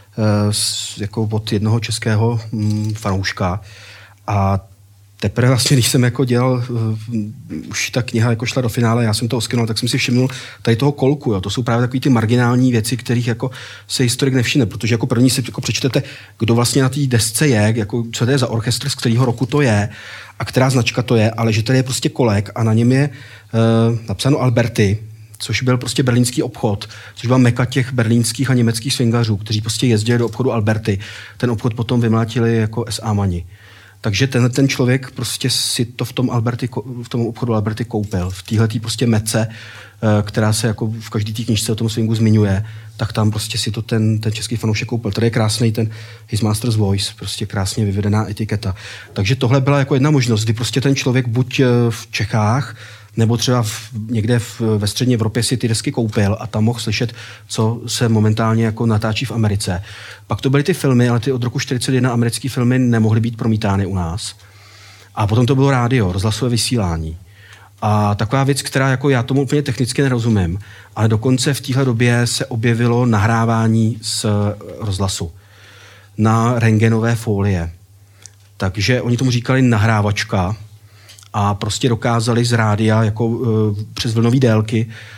jako od jednoho českého fanouška. A teprve vlastně, když jsem jako dělal, už ta kniha jako šla do finále, já jsem to oskenul, tak jsem si všimnul tady toho kolku. Jo. To jsou právě takový ty marginální věci, kterých jako se historik nevšimne, protože jako první si jako přečtete, kdo vlastně na té desce je, jako co to je za orchestr, z kterého roku to je a která značka to je, ale že tady je prostě kolek a na něm je napsáno Alberty, což byl prostě berlínský obchod, což byla meka těch berlínských a německých swingařů, kteří prostě jezdili do obchodu Alberty. Ten obchod potom vymlátili jako SA-mani. Takže ten člověk prostě si to v tom obchodu Alberty koupil. V téhletý prostě mece, která se jako v každé té knižce o tom swingu zmiňuje, tak tam prostě si to ten český fanoušek koupil. Tady je krásný ten His Master's Voice, prostě krásně vyvedená etiketa. Takže tohle byla jako jedna možnost, kdy prostě ten člověk buď v Čechách, nebo třeba někde ve střední Evropě si ty desky koupil a tam mohl slyšet, co se momentálně jako natáčí v Americe. Pak to byly ty filmy, ale ty od roku 1941 americké filmy nemohly být promítány u nás. A potom to bylo rádio, rozhlasové vysílání. A taková věc, která jako já tomu úplně technicky nerozumím, ale dokonce v téhle době se objevilo nahrávání z rozhlasu na rentgenové folie. Takže oni tomu říkali nahrávačka, a prostě dokázali z rádia jako přes vlnové délky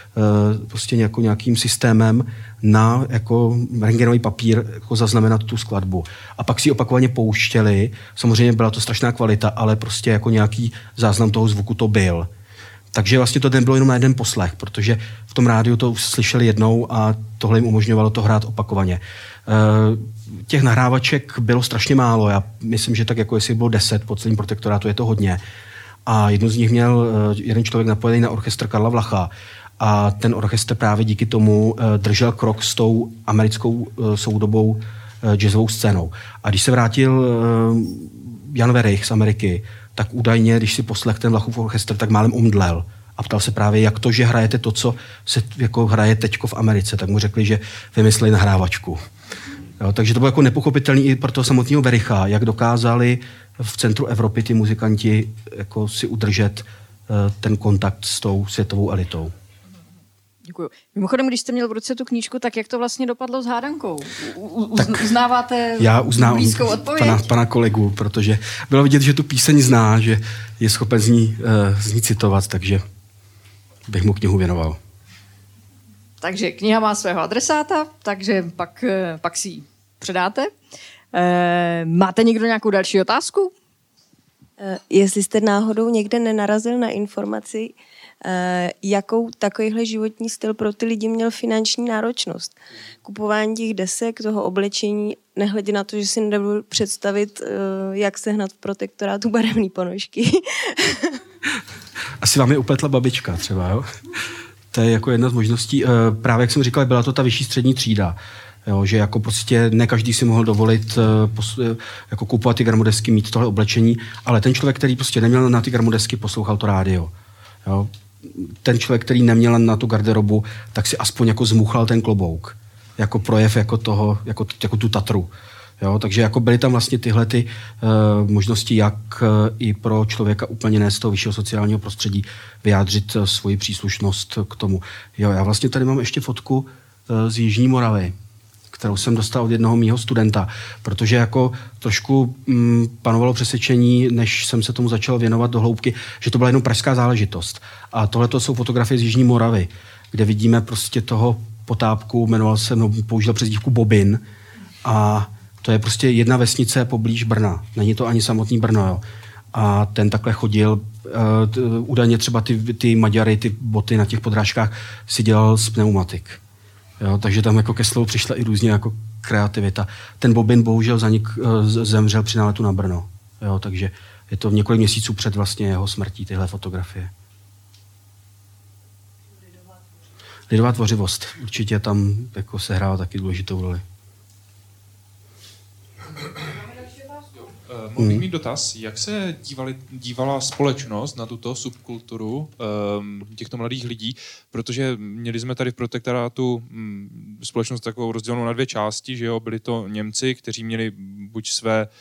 prostě nějakým systémem na jako rentgenový papír jako zaznamenat tu skladbu. A pak si ji opakovaně pouštěli. Samozřejmě byla to strašná kvalita, ale prostě jako nějaký záznam toho zvuku to byl. Takže vlastně to nebylo jenom na jeden poslech, protože v tom rádiu to slyšeli jednou a tohle jim umožňovalo to hrát opakovaně. Těch nahrávaček bylo strašně málo. Já myslím, že tak jako jestli bylo 10 po celém protektorátu, je to hodně. A jednu z nich měl jeden člověk napojený na orchestr Karla Vlacha. A ten orchestr právě díky tomu držel krok s tou americkou soudobou jazzovou scénou. A když se vrátil Jan Werich z Ameriky, tak údajně, když si poslech ten Vlachův orchestr, tak málem omdlel. A ptal se právě, jak to, že hrajete to, co se jako hraje teďko v Americe. Tak mu řekli, že vymysleli nahrávačku. Jo, takže to bylo jako nepochopitelný i pro toho samotného Wericha, jak dokázali v centru Evropy ty muzikanti jako si udržet ten kontakt s tou světovou elitou.
Děkuju. Mimochodem, když jste měl v ruce tu knížku, tak jak to vlastně dopadlo s hádankou? Uznáváte blízkou odpověď?
Pana kolegu, protože bylo vidět, že tu píseň zná, že je schopen z ní citovat, takže bych mu knihu věnoval.
Takže kniha má svého adresáta, takže pak si ji předáte. Máte někdo nějakou další otázku?
Jestli jste náhodou někde nenarazil na informaci, jakou takovýhle životní styl pro ty lidi měl finanční náročnost. Kupování těch desek, toho oblečení, nehledě na to, že si nedovedu představit, jak sehnat v protektorátu barevné ponožky.
Asi vám je upletla babička třeba, jo? To je jako jedna z možností. Právě jak jsem říkal, byla to ta vyšší střední třída. Jo, že jako prostě ne každý si mohl dovolit jako kupovat ty gramodesky, mít tohle oblečení, ale ten člověk, který prostě neměl na ty gramodesky, poslouchal to rádio. Jo. Ten člověk, který neměl na tu garderobu, tak si aspoň jako zmuchal ten klobouk. Jako projev jako toho, jako tu Tatru. Jo, takže jako byly tam vlastně tyhle ty možnosti, jak i pro člověka úplně ne z toho vyššího sociálního prostředí vyjádřit svoji příslušnost k tomu. Jo, já vlastně tady mám ještě fotku z Jižní Moravy, kterou jsem dostal od jednoho mýho studenta, protože jako trošku panovalo přesvědčení, než jsem se tomu začal věnovat do hloubky, že to byla jenom pražská záležitost. A tohle jsou fotografie z Jižní Moravy, kde vidíme prostě toho Potápku, použil přezdívku Bobin a to je prostě jedna vesnice poblíž Brna. Není to ani samotný Brno, jo. A ten takhle chodil, údajně třeba ty Maďary, ty boty na těch podrážkách si dělal z pneumatik. Jo, takže tam jako ke slovu přišla i různě jako kreativita. Ten Bobin bohužel zemřel při náletu na Brno. Jo, takže je to několik měsíců před vlastně jeho smrtí tyhle fotografie. Lidová tvořivost. Určitě tam jako sehrála taky důležitou roli.
Mohl bych mít dotaz, jak se dívala společnost na tuto subkulturu těchto mladých lidí, protože měli jsme tady v protektorátu společnost takovou rozdělenou na dvě části, že jo, byli to Němci, kteří měli buď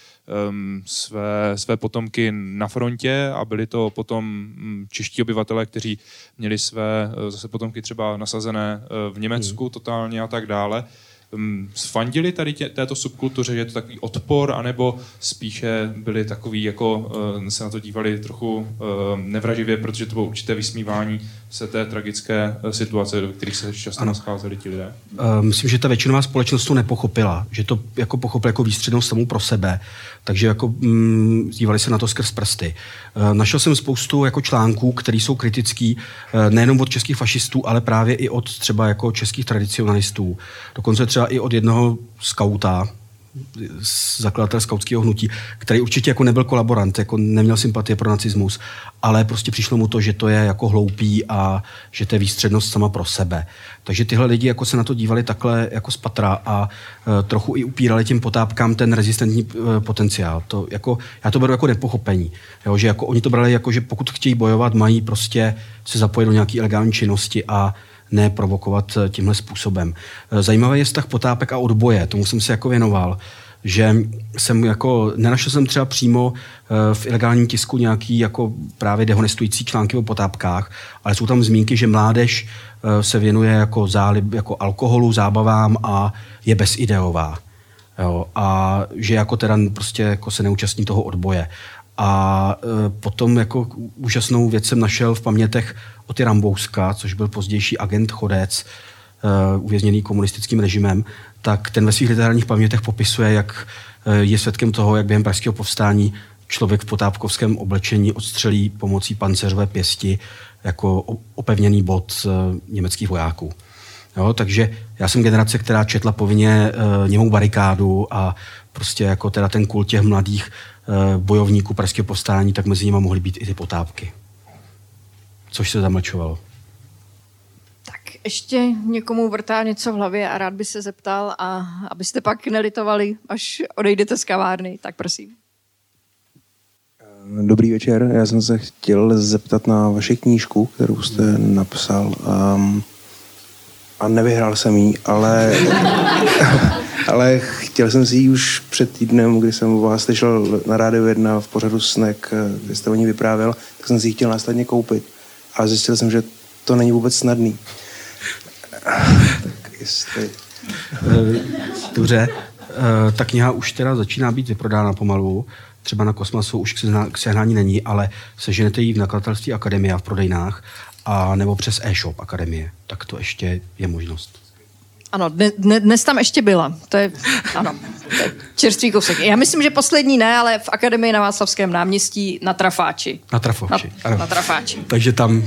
své potomky na frontě a byli to potom čeští obyvatelé, kteří měli své zase potomky třeba nasazené v Německu totálně a tak dále. Sfandili tady této subkultuře, že je to takový odpor, anebo spíše byli takový, jako se na to dívali trochu nevraživě, protože to bylo určité vysmívání se té tragické situace, do kterých se často nascházeli ti lidé?
Myslím, že ta většinová společnost to nepochopila, že to jako pochopila jako výstřednost samou pro sebe, takže jako dívali se na to skrz prsty. Našel jsem spoustu jako článků, které jsou kritický nejenom od českých fašistů, ale právě i od třeba jako českých tradicionalistů. Dokonce třeba i od jednoho skauta, zakladatel skautského hnutí, který určitě jako nebyl kolaborant, jako neměl sympatie pro nacismus, ale prostě přišlo mu to, že to je jako hloupý a že to je výstřednost sama pro sebe. Takže tyhle lidi jako se na to dívali takhle jako z patra a trochu i upírali těm Potápkám ten rezistentní potenciál. To jako, já to beru jako nepochopení. Jo, že jako oni to brali jako, že pokud chtějí bojovat, mají prostě se zapojit do nějaké ilegální činnosti a ne provokovat tímhle způsobem. Zajímavý je vztah Potápek a odboje, tomu jsem se jako věnoval, že jsem jako, nenašel jsem třeba přímo v ilegálním tisku nějaký jako právě dehonestující články o Potápkách, ale jsou tam zmínky, že mládež se věnuje jako jako alkoholu, zábavám a je bezideová. Jo, a že jako teda prostě jako se neúčastní toho odboje. A potom jako úžasnou věc jsem našel v pamětech Oty Rambouska, což byl pozdější agent Chodec, uvězněný komunistickým režimem, tak ten ve svých literárních pamětech popisuje, jak je svědkem toho, jak během pražského povstání člověk v potápkovském oblečení odstřelí pomocí pancéřové pěsti jako opevněný bod německých vojáků. Jo, takže já jsem generace, která četla povinně Němou barikádu a prostě jako teda ten kult těch mladých bojovníků pražského povstání, tak mezi nimi mohly být i ty potάπky. Což se zamlčovalo.
Tak ještě někomu vrtá něco v hlavě a rád by se zeptal, a abyste pak nelitovali, až odejdete z kavárny, tak prosím.
Dobrý večer, já jsem se chtěl zeptat na vaši knížku, kterou jste napsal a nevyhrál jsem ji, ale chtěl jsem si ji už před týdnem, kdy jsem u vás slyšel na Rádiu 1 v pořadu Snack, kde jste o ní vyprávěl, tak jsem si ji chtěl následně koupit. A zjistil jsem, že to není vůbec snadný. Tak jestli...
Dobře, ta kniha už teda začíná být vyprodána pomalu. Třeba na Kosmasu už k sehnání není, ale seženete ji v nakladatelství Akademia v prodejnách a nebo přes e-shop Akademie. Tak to ještě je možnost.
Ano, dnes tam ještě byla. To je čerstvý kousek. Já myslím, že poslední ne, ale v Akademii na Václavském náměstí na Trafáči. Na Trafáči.
Takže tam...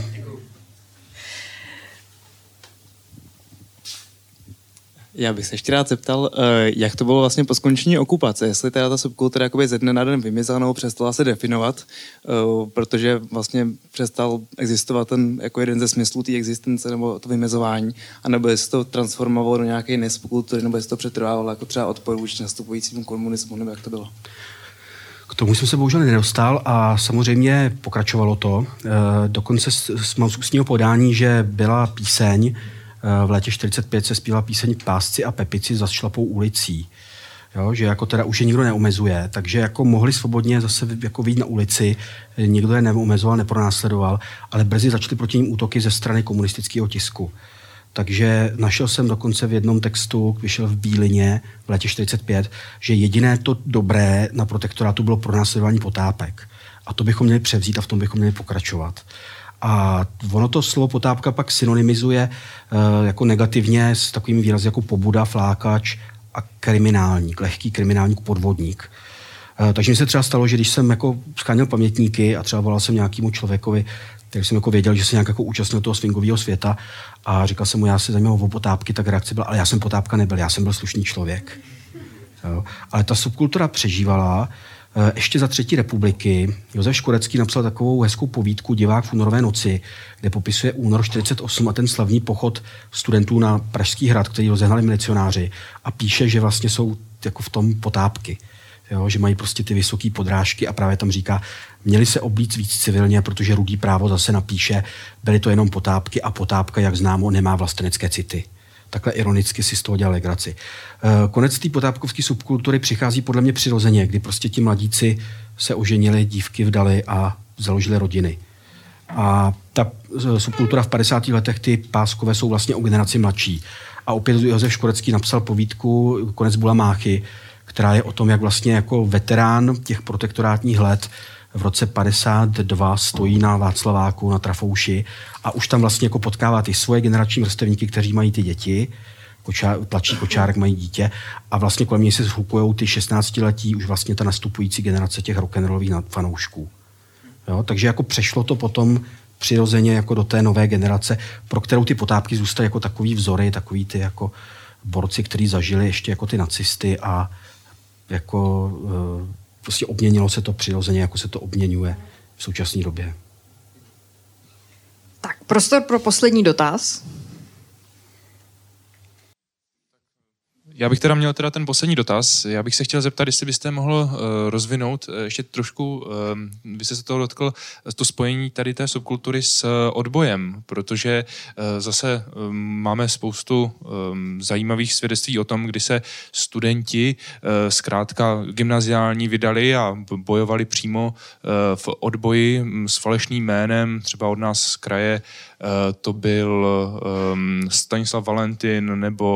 Já bych se ještě rád zeptal, jak to bylo vlastně po skončení okupace, jestli teda ta subkultura jakoby ze dne na den vymizela nebo přestala se definovat, protože vlastně přestal existovat ten jako jeden ze smyslů té existence nebo to vymezování, anebo jestli to transformovalo do nějaké jiné subkultury, nebo jestli to přetrvávalo jako třeba odpor vůči nastupujícímu komunismu, nebo jak to bylo?
K tomu jsem se bohužel nedostal a samozřejmě pokračovalo to. Dokonce mám z ústního podání, že byla píseň, v létě 45 se zpívala píseň Pásci a Pepici za šlapou ulicí. Jo, že jako teda už je nikdo neomezuje, takže jako mohli svobodně zase jako vyjít na ulici, nikdo je neomezoval, nepronásledoval, ale brzy začaly proti ním útoky ze strany komunistického tisku. Takže našel jsem dokonce v jednom textu, vyšel v Bílině v létě 45, že jediné to dobré na protektorátu bylo pronásledování potápek. A to bychom měli převzít a v tom bychom měli pokračovat. A ono to slovo potápka pak synonymizuje jako negativně s takovými výrazy jako pobuda, flákač a kriminálník, lehký kriminálník, podvodník. Takže mi se třeba stalo, že když jsem jako sháněl pamětníky a třeba volal jsem nějakému člověkovi, který jsem jako věděl, že se nějak jako účastnil toho swingového světa a říkal jsem mu, já se zajímal o potápky, tak reakce byla, ale já jsem potápka nebyl, já jsem byl slušný člověk. Jo. Ale ta subkultura přežívala. Ještě za třetí republiky Josef Škorecký napsal takovou hezkou povídku Divák v únorové noci, kde popisuje únor 48 a ten slavný pochod studentů na Pražský hrad, který rozehnali milicionáři, a píše, že vlastně jsou jako v tom potápky. Jo, že mají prostě ty vysoké podrážky a právě tam říká, měli se oblíct víc civilně, protože Rudý právo zase napíše, byly to jenom potápky a potápka, jak známo, nemá vlastenecké city. Takhle ironicky si z toho dělal legraci. Konec té potápkovské subkultury přichází podle mě přirozeně, kdy prostě ti mladíci se oženili, dívky vdali a založili rodiny. A ta subkultura v 50. letech, ty páskové, jsou vlastně o generaci mladší. A opět Josef Škorecký napsal povídku Konec Bulamáchy, která je o tom, jak vlastně jako veterán těch protektorátních let v roce 52 stojí na Václaváku, na Trafouši a už tam vlastně jako potkává ty svoje generační vrstevníky, kteří mají ty děti, tlačí kočárek, mají dítě a vlastně kolem něj se shupujou ty 16letí, už vlastně ta nastupující generace těch rock'n'rollových fanoušků. Jo? Takže jako přešlo to potom přirozeně jako do té nové generace, pro kterou ty potápky zůstaly jako takový vzory, takový ty jako borci, kteří zažili ještě jako ty nacisty a jako prostě obměnilo se to přirozeně, jako se to obměňuje v současné době.
Tak, prostor pro poslední dotaz.
Já bych teda měl ten poslední dotaz. Já bych se chtěl zeptat, jestli byste mohl rozvinout ještě trošku, vy jste se toho dotkl, to spojení tady té subkultury s odbojem, protože zase máme spoustu zajímavých svědectví o tom, kdy se studenti zkrátka gymnaziální vydali a bojovali přímo v odboji s falešným jménem, třeba od nás z kraje to byl Stanislav Valentin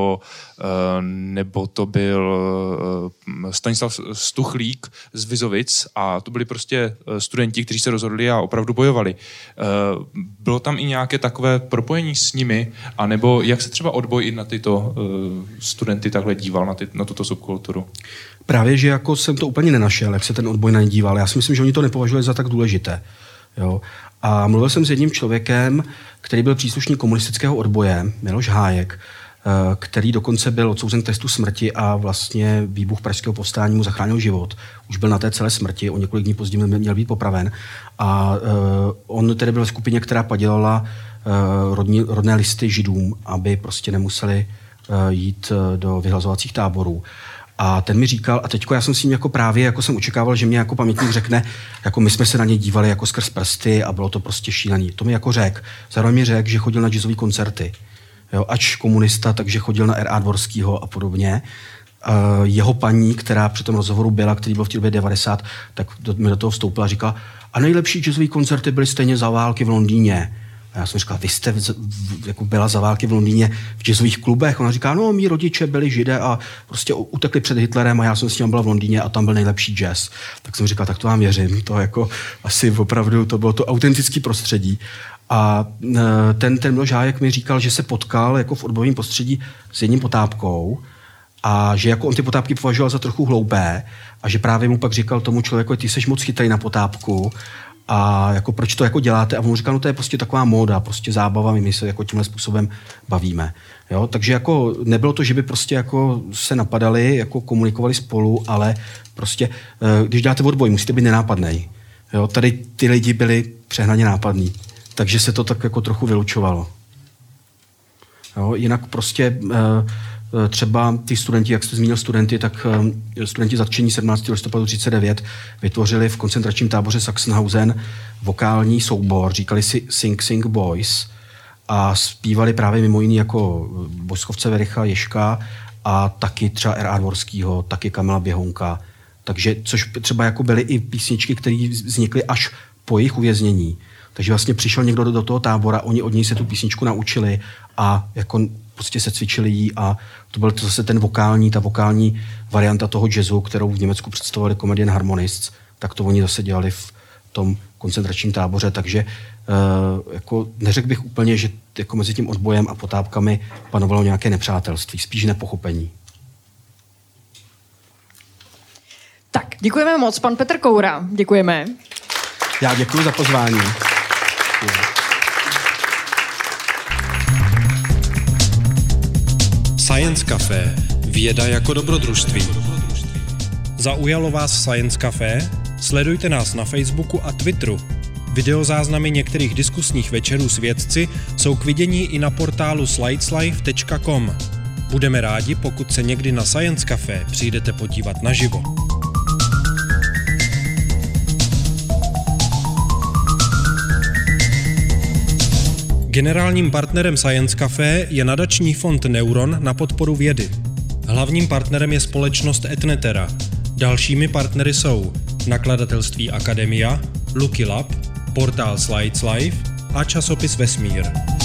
nebo to byl Stanislav Stuchlík z Vizovic a to byli prostě studenti, kteří se rozhodli a opravdu bojovali. Bylo tam i nějaké takové propojení s nimi, anebo jak se třeba odboj i na tyto studenty takhle díval, na tuto subkulturu?
Právě, že jako jsem to úplně nenašel, jak se ten odboj na ně díval. Já si myslím, že oni to nepovažovali za tak důležité. Jo. A mluvil jsem s jedním člověkem, který byl příslušník komunistického odboje, Miloš Hájek, který dokonce byl odsouzen k trestu smrti a vlastně výbuch pražského povstání mu zachránil život. Už byl na té celé smrti, o několik dní později měl být popraven. A on tedy byl v skupině, která padělala rodné listy Židům, aby prostě nemuseli jít do vyhlazovacích táborů. A ten mi říkal, a teďko já jsem s ním jako právě, jako jsem očekával, že mě jako pamětník řekne, jako my jsme se na ně dívali jako skrz prsty a bylo to prostě šílený. To mi jako řekl. Zároveň mi řekl, že chodil na jazzové koncerty. Jo, ač komunista, takže chodil na R.A. Dvorskýho a podobně. Jeho paní, která při tom rozhovoru byla, který byl v té době 90, tak mi do toho vstoupila a říkala, a nejlepší jazzové koncerty byly stejně za války v Londýně. A já jsem říkal, vy jste jako byla za války v Londýně v jazzových klubech. Ona říká, no, mý rodiče byli Židé a prostě utekli před Hitlerem a já jsem s ním byla v Londýně a tam byl nejlepší jazz. Tak jsem říkal, tak to vám věřím. To jako asi opravdu, to bylo to autentické prostředí. A ten Miloš Hájek mi říkal, že se potkal jako v odbojovém prostředí s jedním Potápkou a že jako on ty Potápky považoval za trochu hloupé a že právě mu pak říkal tomu člověku, ty seš moc chytrý na Potápku a jako proč to jako děláte? A on mu říkal, no to je prostě taková móda, prostě zábava, my se jako tímhle způsobem bavíme. Jo? Takže jako nebylo to, že by prostě jako se napadali, jako komunikovali spolu, ale prostě, když děláte odboj, musíte být nenápadnej. Jo? Tady ty lidi byli přehnaně nápadní. Takže se to tak jako trochu vylučovalo. Jo, jinak prostě třeba ty studenti, jak jste zmínil studenty, tak studenti zatčení 17. listopadu 1939 vytvořili v koncentračním táboře Sachsenhausen vokální soubor, říkali si Sing Sing Boys a zpívali právě mimo jiný jako Boskovce Vericha, Ježka a taky třeba R.A. Dvorskýho, taky Kamila Běhounka. Takže, což třeba jako byly i písničky, které vznikly až po jejich uvěznění. Takže vlastně přišel někdo do toho tábora, oni od něj se tu písničku naučili a jako prostě se cvičili jí a to byl to zase ta vokální varianta toho jazzu, kterou v Německu představovali Comedian Harmonists, tak to oni zase dělali v tom koncentračním táboře, takže jako neřekl bych úplně, že jako mezi tím odbojem a Potápkami panovalo nějaké nepřátelství, spíš nepochopení.
Tak, děkujeme moc, pan Petr Koura, děkujeme.
Já děkuji za pozvání.
Science Café. Věda jako dobrodružství. Zaujalo vás Science Café? Sledujte nás na Facebooku a Twitteru. Videozáznamy některých diskusních večerů s vědci jsou k vidění i na portálu slideslife.com. Budeme rádi, pokud se někdy na Science Café přijdete podívat naživo. Generálním partnerem Science Café je nadační fond Neuron na podporu vědy. Hlavním partnerem je společnost Etnetera. Dalšími partnery jsou nakladatelství Akademia, Lucky Lab, portál Slides Life a časopis Vesmír.